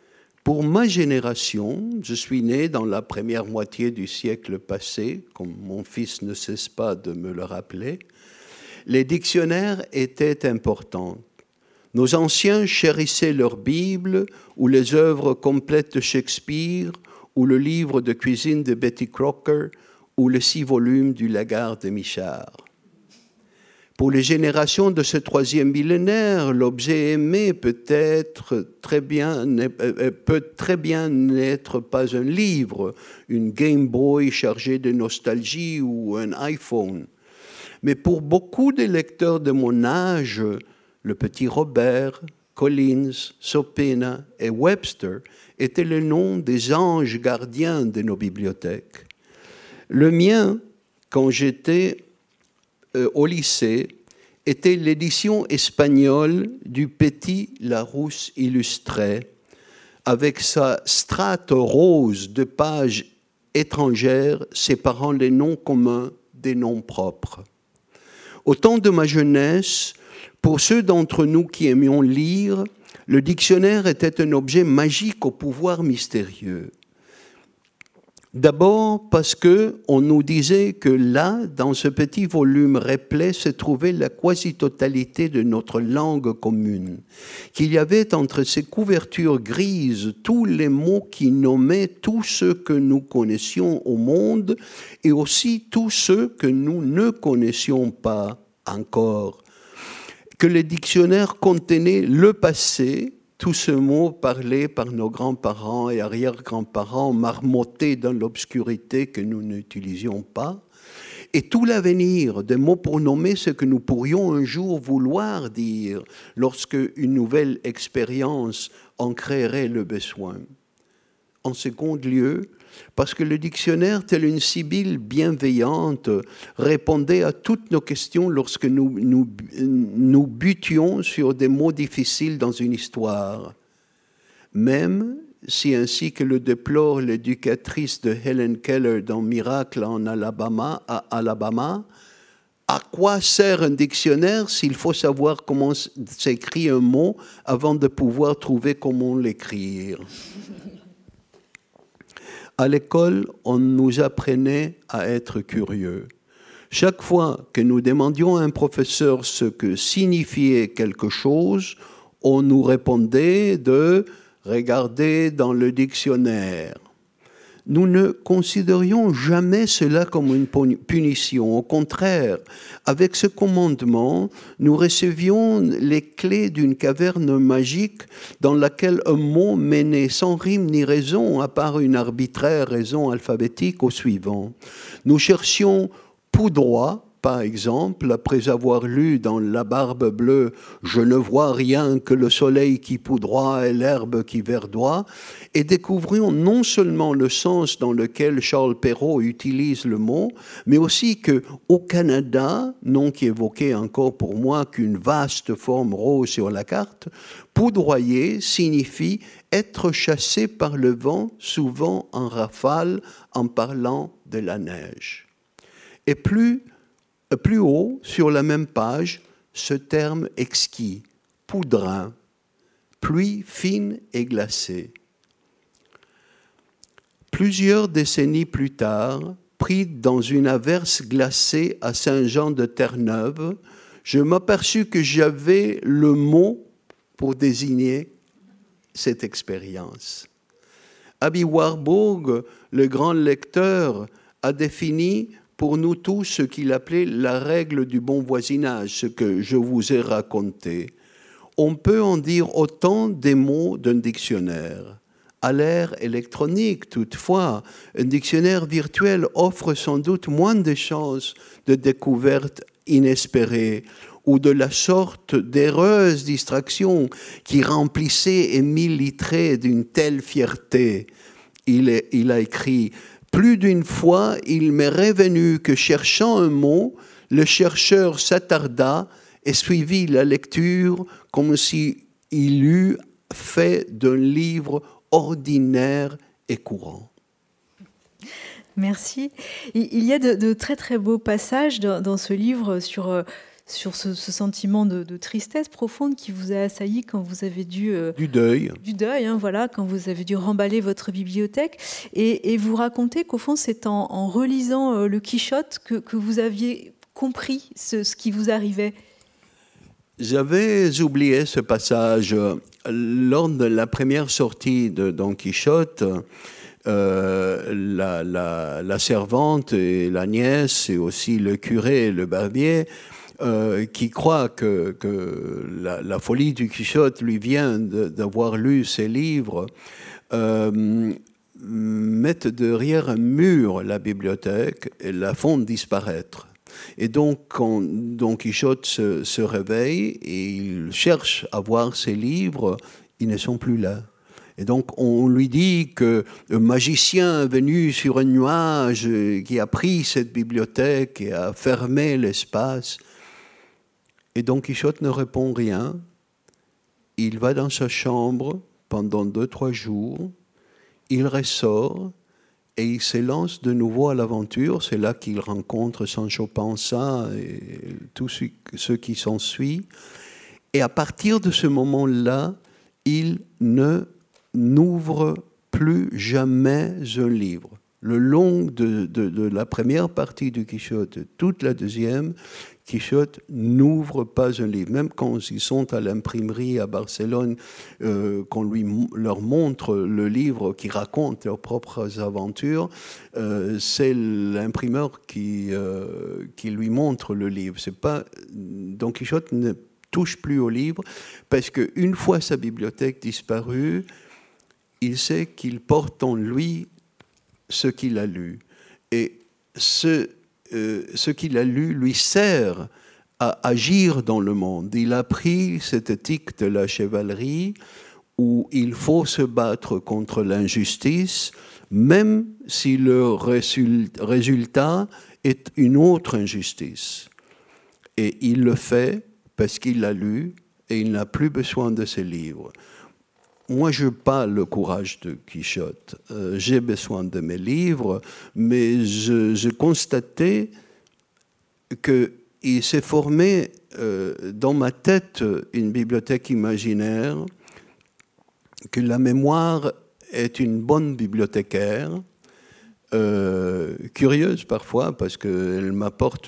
Pour ma génération, je suis né dans la première moitié du siècle passé, comme mon fils ne cesse pas de me le rappeler, les dictionnaires étaient importants. Nos anciens chérissaient leur Bible ou les œuvres complètes de Shakespeare ou le livre de cuisine de Betty Crocker ou les six volumes du Lagarde de Michard. Pour les générations de ce troisième millénaire, l'objet aimé peut être très bien, peut très bien n'être pas un livre, une Game Boy chargée de nostalgie ou un iPhone. Mais pour beaucoup de lecteurs de mon âge, le petit Robert, Collins, Sopena et Webster étaient le nom des anges gardiens de nos bibliothèques. Le mien, quand j'étais euh, au lycée, était l'édition espagnole du Petit Larousse illustré, avec sa strate rose de pages étrangères séparant les noms communs des noms propres. Au temps de ma jeunesse, pour ceux d'entre nous qui aimions lire, le dictionnaire était un objet magique au pouvoir mystérieux. D'abord parce qu'on nous disait que là, dans ce petit volume replet, se trouvait la quasi-totalité de notre langue commune, qu'il y avait entre ces couvertures grises tous les mots qui nommaient tous ceux que nous connaissions au monde et aussi tous ceux que nous ne connaissions pas encore, que les dictionnaires contenaient le passé, tous ces mots parlés par nos grands-parents et arrière-grands-parents, marmottés dans l'obscurité que nous n'utilisions pas, et tout l'avenir, des mots pour nommer ce que nous pourrions un jour vouloir dire lorsque une nouvelle expérience en créerait le besoin. En second lieu, parce que le dictionnaire, tel une sibylle bienveillante, répondait à toutes nos questions lorsque nous, nous, nous butions sur des mots difficiles dans une histoire. Même si, ainsi que le déplore l'éducatrice de Helen Keller dans Miracle en Alabama, à Alabama, à quoi sert un dictionnaire s'il faut savoir comment s'écrit un mot avant de pouvoir trouver comment l'écrire? À l'école, on nous apprenait à être curieux. Chaque fois que nous demandions à un professeur ce que signifiait quelque chose, on nous répondait de « regarder dans le dictionnaire ». Nous ne considérions jamais cela comme une punition. Au contraire, avec ce commandement, nous recevions les clés d'une caverne magique dans laquelle un mot menait sans rime ni raison, à part une arbitraire raison alphabétique au suivant. Nous cherchions poudroie, par exemple, après avoir lu dans La Barbe bleue « Je ne vois rien que le soleil qui poudroie et l'herbe qui verdoie », et découvrions non seulement le sens dans lequel Charles Perrault utilise le mot, mais aussi qu'au Canada, nom qui évoquait encore pour moi qu'une vaste forme rose sur la carte, poudroyer signifie être chassé par le vent, souvent en rafale, en parlant de la neige. Et plus Plus haut, sur la même page, ce terme exquis, poudrin, pluie fine et glacée. Plusieurs décennies plus tard, pris dans une averse glacée à Saint-Jean-de-Terre-Neuve, je m'aperçus que j'avais le mot pour désigner cette expérience. Aby Warburg, le grand lecteur, a défini pour nous tous ce qu'il appelait la règle du bon voisinage, ce que je vous ai raconté. On peut en dire autant des mots d'un dictionnaire. À l'ère électronique, toutefois, un dictionnaire virtuel offre sans doute moins de chances de découvertes inespérées ou de la sorte d'heureuse distraction qui remplissait Émile Littré d'une telle fierté. Il, est, il a écrit « Plus d'une fois, il m'est revenu que cherchant un mot, le chercheur s'attarda et suivit la lecture comme s'il eût fait d'un livre ordinaire et courant. » Merci. Il y a de, de très très beaux passages dans, dans ce livre sur, sur ce, ce sentiment de, de tristesse profonde qui vous a assailli quand vous avez dû... Euh, du deuil. Du deuil, hein, voilà, quand vous avez dû remballer votre bibliothèque. Et, et vous racontez qu'au fond, c'est en, en relisant euh, le Quichotte que, que vous aviez compris ce, ce qui vous arrivait. J'avais oublié ce passage. Lors de la première sortie de Don Quichotte, euh, la, la, la servante et la nièce, et aussi le curé et le barbier, euh, qui croient que, que la, la folie du Quichotte lui vient de, d'avoir lu ces livres, euh, mettent derrière un mur la bibliothèque et la font disparaître. Et donc, quand Don Quichotte se, se réveille et il cherche à voir ses livres, ils ne sont plus là. Et donc, on lui dit que un magicien est venu sur un nuage qui a pris cette bibliothèque et a fermé l'espace. Et Don Quichotte ne répond rien. Il va dans sa chambre pendant deux, trois jours. Il ressort. Et il s'élance de nouveau à l'aventure. C'est là qu'il rencontre Sancho Panza et tout ce, ce qui s'ensuit. Et à partir de ce moment-là, il ne n'ouvre plus jamais un livre. Le long de, de, de la première partie du Quichotte, toute la deuxième, Quichotte n'ouvre pas un livre. Même quand ils sont à l'imprimerie à Barcelone, euh, qu'on lui, leur montre le livre qui raconte leurs propres aventures, euh, c'est l'imprimeur qui, euh, qui lui montre le livre. C'est pas, Don Quichotte ne touche plus au livre parce qu'une fois sa bibliothèque disparue, il sait qu'il porte en lui ce qu'il a lu. Et ce Euh, ce qu'il a lu lui sert à agir dans le monde. Il a appris cette éthique de la chevalerie où il faut se battre contre l'injustice, même si le résultat est une autre injustice. Et il le fait parce qu'il l'a lu et il n'a plus besoin de ses livres. Moi, je n'ai pas le courage de Quichotte. Euh, j'ai besoin de mes livres, mais je, je constatais qu'il s'est formé euh, dans ma tête une bibliothèque imaginaire, que la mémoire est une bonne bibliothécaire, euh, curieuse parfois, parce qu'elle m'apporte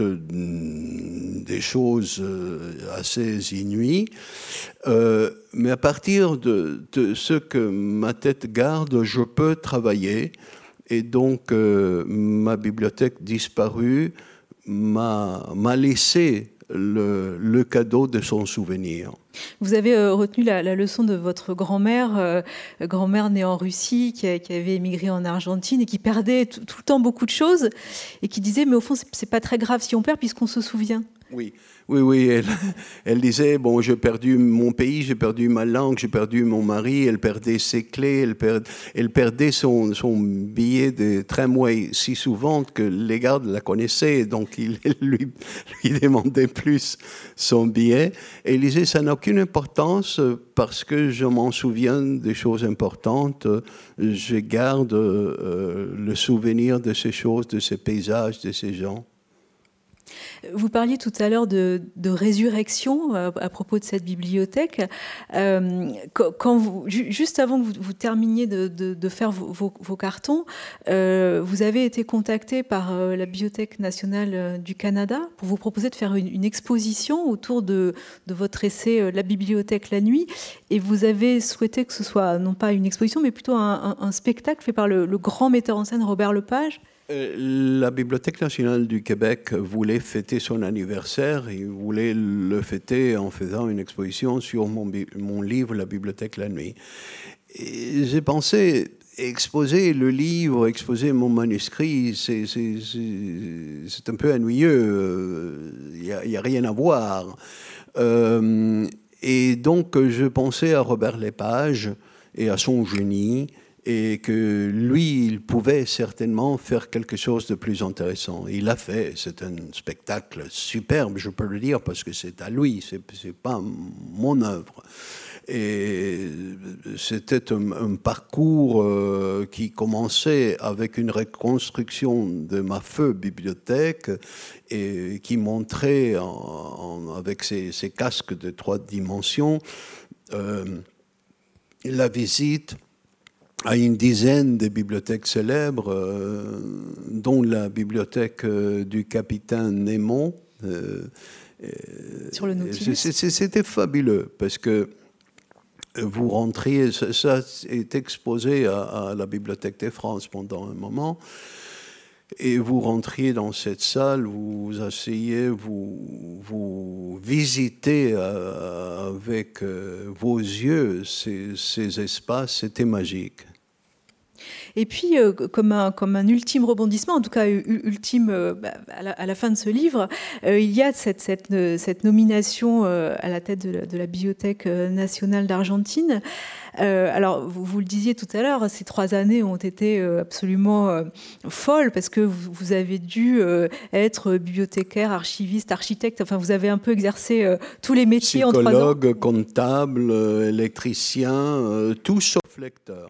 des choses assez inouïes. Euh, mais à partir de, de ce que ma tête garde, je peux travailler. Et donc, euh, ma bibliothèque disparue m'a, m'a laissé le, le cadeau de son souvenir. Vous avez euh, retenu la, la leçon de votre grand-mère, euh, grand-mère née en Russie, qui, a, qui avait émigré en Argentine et qui perdait tout, tout le temps beaucoup de choses et qui disait, mais au fond, c'est, c'est pas très grave si on perd puisqu'on se souvient. Oui, oui, oui. Elle, elle disait, bon, j'ai perdu mon pays, j'ai perdu ma langue, j'ai perdu mon mari. Elle perdait ses clés, elle, per, elle perdait son, son billet de tramway si souvent que les gardes la connaissaient, donc ils lui, lui demandaient plus son billet. Et elle disait, ça n'a aucune importance parce que je m'en souviens des choses importantes. Je garde euh, le souvenir de ces choses, de ces paysages, de ces gens. Vous parliez tout à l'heure de, de résurrection à, à propos de cette bibliothèque. Euh, quand vous, juste avant que vous, vous terminiez de, de, de faire vos, vos, vos cartons, euh, vous avez été contacté par euh, la Bibliothèque nationale du Canada pour vous proposer de faire une, une exposition autour de, de votre essai euh, « La bibliothèque la nuit ». Et vous avez souhaité que ce soit non pas une exposition, mais plutôt un, un, un spectacle fait par le, le grand metteur en scène Robert Lepage. La Bibliothèque nationale du Québec voulait fêter son anniversaire. Il voulait le fêter en faisant une exposition sur mon, mon livre, La Bibliothèque la nuit. Et j'ai pensé exposer le livre, exposer mon manuscrit, c'est, c'est, c'est, c'est un peu ennuyeux. Il n'y a, il y a rien à voir. Euh, et donc, je pensais à Robert Lepage et à son génie. et que lui, il pouvait certainement faire quelque chose de plus intéressant. Il l'a fait. C'est un spectacle superbe, je peux le dire, parce que c'est à lui, c'est, c'est pas mon œuvre. Et c'était un, un parcours euh, qui commençait avec une reconstruction de ma feu bibliothèque et qui montrait, en, en, avec ses, ses casques de trois dimensions, euh, la visite à une dizaine de bibliothèques célèbres, euh, dont la bibliothèque euh, du capitaine Nemo. Euh, Sur le Nautilus. C'était fabuleux, parce que vous rentriez, ça est exposé à, à la Bibliothèque de France pendant un moment, et vous rentriez dans cette salle, vous vous asseyez, vous, vous visitez euh, avec euh, vos yeux ces, ces espaces, c'était magique. Et puis, euh, comme, un, comme un ultime rebondissement, en tout cas ultime euh, bah, à, la, à la fin de ce livre, euh, il y a cette, cette, cette nomination euh, à la tête de la, de la Bibliothèque nationale d'Argentine. Euh, alors, vous, vous le disiez tout à l'heure, ces trois années ont été euh, absolument euh, folles parce que vous, vous avez dû euh, être bibliothécaire, archiviste, architecte. Enfin, vous avez un peu exercé euh, tous les métiers en trois ans. Psychologue, comptable, électricien, euh, tout sauf lecteur.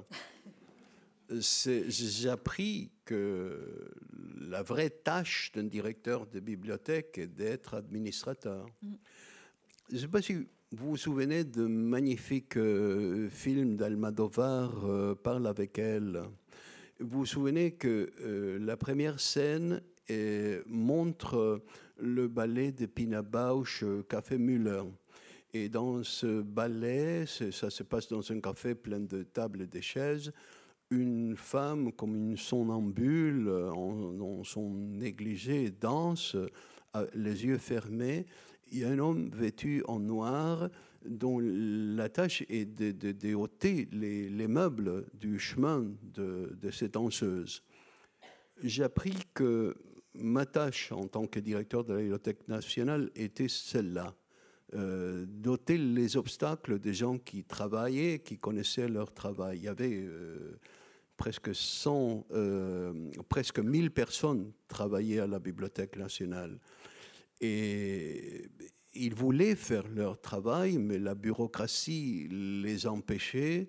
J'ai appris que la vraie tâche d'un directeur de bibliothèque est d'être administrateur. Mm. Je ne sais pas si vous vous souvenez de magnifiques euh, films d'Almodovar, euh, Parle avec elle. Vous vous souvenez que euh, la première scène est, montre le ballet de Pina Bausch, Café Müller. Et dans ce ballet, ça se passe dans un café plein de tables et de chaises. Une femme, comme une somnambule, en, en son négligé, danse, les yeux fermés. Il y a un homme vêtu en noir dont la tâche est de, de, de ôter les, les meubles du chemin de, de cette danseuse. J'ai appris que ma tâche en tant que directeur de la Bibliothèque nationale était celle-là. Euh, d'ôter les obstacles des gens qui travaillaient, qui connaissaient leur travail. Il y avait euh, presque cent, euh, presque mille personnes travaillaient à la Bibliothèque nationale. Et ils voulaient faire leur travail, mais la bureaucratie les empêchait.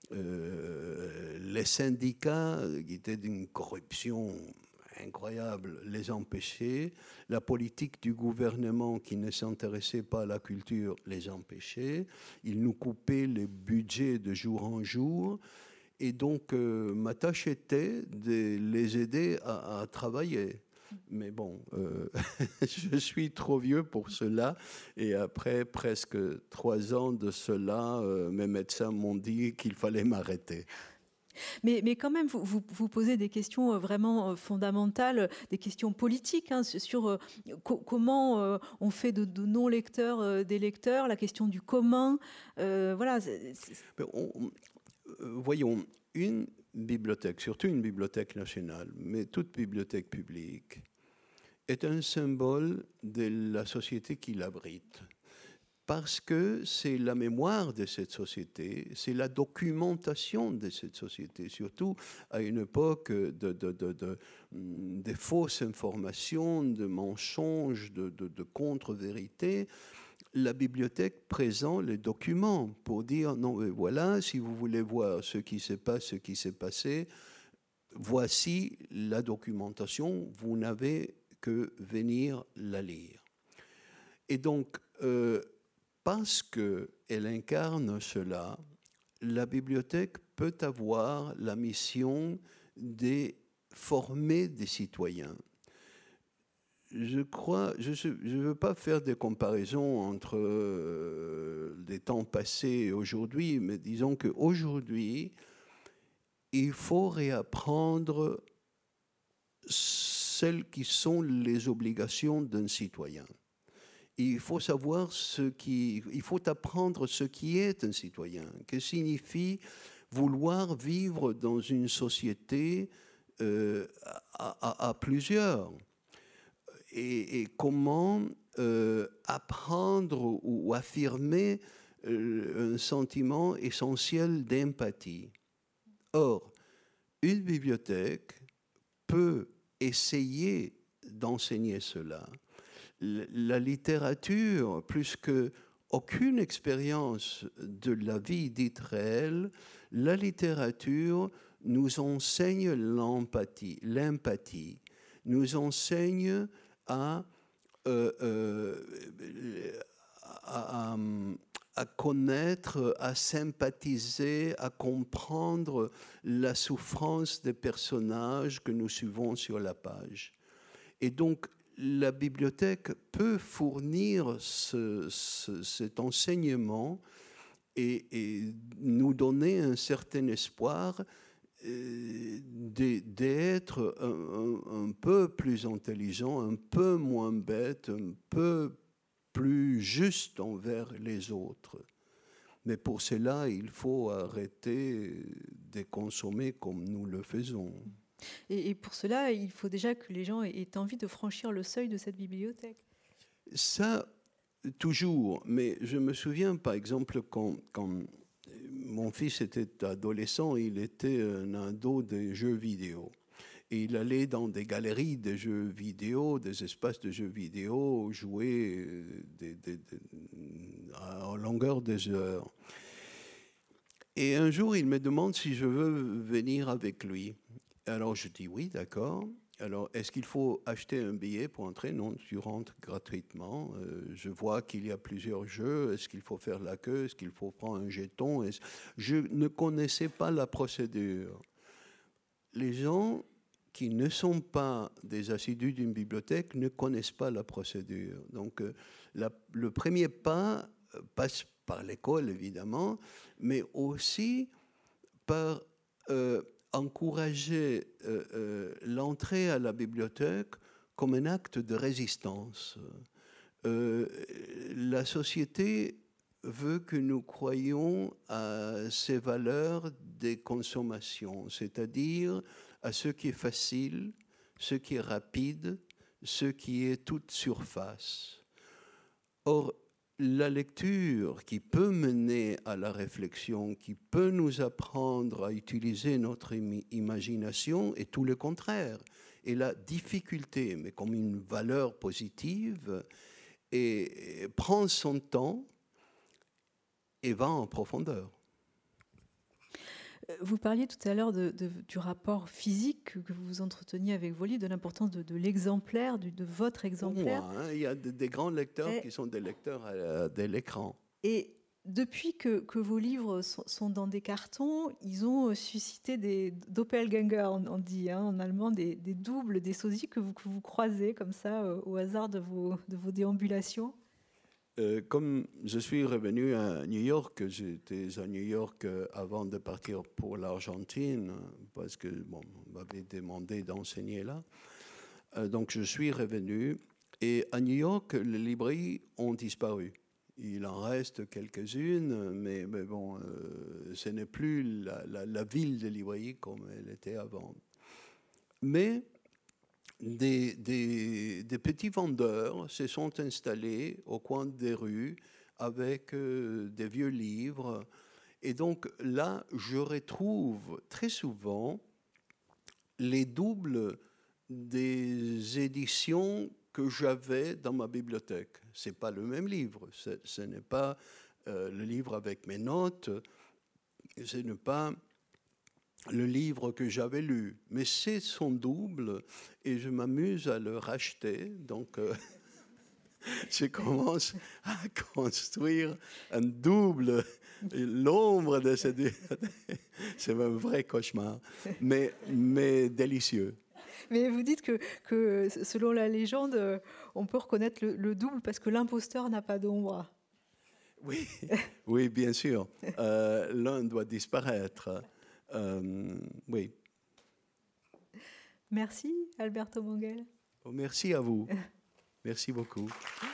Euh, les syndicats, qui étaient d'une corruption incroyable, les empêchait. La politique du gouvernement qui ne s'intéressait pas à la culture les empêchait. Ils nous coupaient les budgets de jour en jour. Et donc, euh, ma tâche était de les aider à, à travailler. Mais bon, euh, je suis trop vieux pour cela. Et après presque trois ans de cela, euh, mes médecins m'ont dit qu'il fallait m'arrêter. Mais, mais quand même, vous, vous, vous posez des questions vraiment fondamentales, des questions politiques hein, sur euh, co comment euh, on fait de, de non-lecteurs euh, des lecteurs, la question du commun. Euh, voilà. C'est, c'est... On, euh, voyons, une bibliothèque, surtout une bibliothèque nationale, mais toute bibliothèque publique, est un symbole de la société qui l'abrite. Parce que c'est la mémoire de cette société, c'est la documentation de cette société, surtout à une époque de, de, de, de, de fausses informations, de mensonges, de, de, de contre-vérités. La bibliothèque présente les documents pour dire, non, voilà, si vous voulez voir ce qui se passe, ce qui s'est passé, voici la documentation, vous n'avez que venir la lire. Et donc, euh, parce qu'elle incarne cela, la bibliothèque peut avoir la mission de former des citoyens. Je crois, je ne veux pas faire des comparaisons entre euh, des temps passés et aujourd'hui, mais disons qu'aujourd'hui, il faut réapprendre celles qui sont les obligations d'un citoyen. Il faut savoir ce qui, il faut apprendre ce qui est un citoyen, que signifie vouloir vivre dans une société euh, à, à, à plusieurs, et, et comment euh, apprendre ou, ou affirmer euh, un sentiment essentiel d'empathie. Or, une bibliothèque peut essayer d'enseigner cela. La littérature, plus qu'aucune expérience de la vie dite réelle, la littérature nous enseigne l'empathie, l'empathie, nous enseigne à, euh, euh, à, à, à connaître, à sympathiser, à comprendre la souffrance des personnages que nous suivons sur la page. Et donc, la bibliothèque peut fournir ce, ce, cet enseignement et, et nous donner un certain espoir euh, d'être un, un, un peu plus intelligent, un peu moins bête, un peu plus juste envers les autres. Mais pour cela, il faut arrêter de consommer comme nous le faisons. Et, et pour cela, il faut déjà que les gens aient envie de franchir le seuil de cette bibliothèque. Ça, toujours. Mais je me souviens, par exemple, quand, quand mon fils était adolescent, il était un ado des jeux vidéo. Et il allait dans des galeries de jeux vidéo, des espaces de jeux vidéo, jouer des, des, des, à longueur des heures. Et un jour, il me demande si je veux venir avec lui. Alors, je dis oui, d'accord. Alors, est-ce qu'il faut acheter un billet pour entrer? Non, tu rentres gratuitement. Euh, je vois qu'il y a plusieurs jeux. Est-ce qu'il faut faire la queue? Est-ce qu'il faut prendre un jeton? Je ne connaissais pas la procédure. Les gens qui ne sont pas des assidus d'une bibliothèque ne connaissent pas la procédure. Donc, euh, la, le premier pas passe par l'école, évidemment, mais aussi par euh, encourager euh, euh, l'entrée à la bibliothèque comme un acte de résistance. Euh, la société veut que nous croyions à ces valeurs des consommations, c'est-à-dire à ce qui est facile, ce qui est rapide, ce qui est toute surface. Or, la lecture qui peut mener à la réflexion, qui peut nous apprendre à utiliser notre imagination, est tout le contraire. Et la difficulté, mais comme une valeur positive, et prend son temps et va en profondeur. Vous parliez tout à l'heure de, de, du rapport physique que vous entreteniez avec vos livres, de l'importance de, de l'exemplaire, de, de votre exemplaire. Pour moi, hein, il y a des, des grands lecteurs et, qui sont des lecteurs à, de l'écran. Et depuis que, que vos livres sont, sont dans des cartons, ils ont suscité des doppelgangers, on, on dit hein, en allemand, des, des doubles, des sosies que vous, que vous croisez comme ça au hasard de vos, de vos déambulations. Euh, comme je suis revenu à New York, j'étais à New York avant de partir pour l'Argentine, parce que bon, on m'avait demandé d'enseigner là. Euh, donc je suis revenu, et à New York, les librairies ont disparu. Il en reste quelques-unes, mais, mais bon, euh, ce n'est plus la, la, la ville de librairies comme elle était avant. Mais Des, des, des petits vendeurs se sont installés au coin des rues avec euh, des vieux livres. Et donc là, je retrouve très souvent les doubles des éditions que j'avais dans ma bibliothèque. Ce n'est pas le même livre. Ce n'est pas euh, le livre avec mes notes. Ce n'est pas le livre que j'avais lu, mais c'est son double et je m'amuse à le racheter. Donc, euh, je commence à construire un double, l'ombre de ce c'est un vrai cauchemar, mais, mais délicieux. Mais vous dites que, que, selon la légende, on peut reconnaître le, le double parce que l'imposteur n'a pas d'ombre. Oui, oui, bien sûr. Euh, l'un doit disparaître. Euh, oui. Merci, Alberto Manguel. Oh, merci à vous. Merci beaucoup.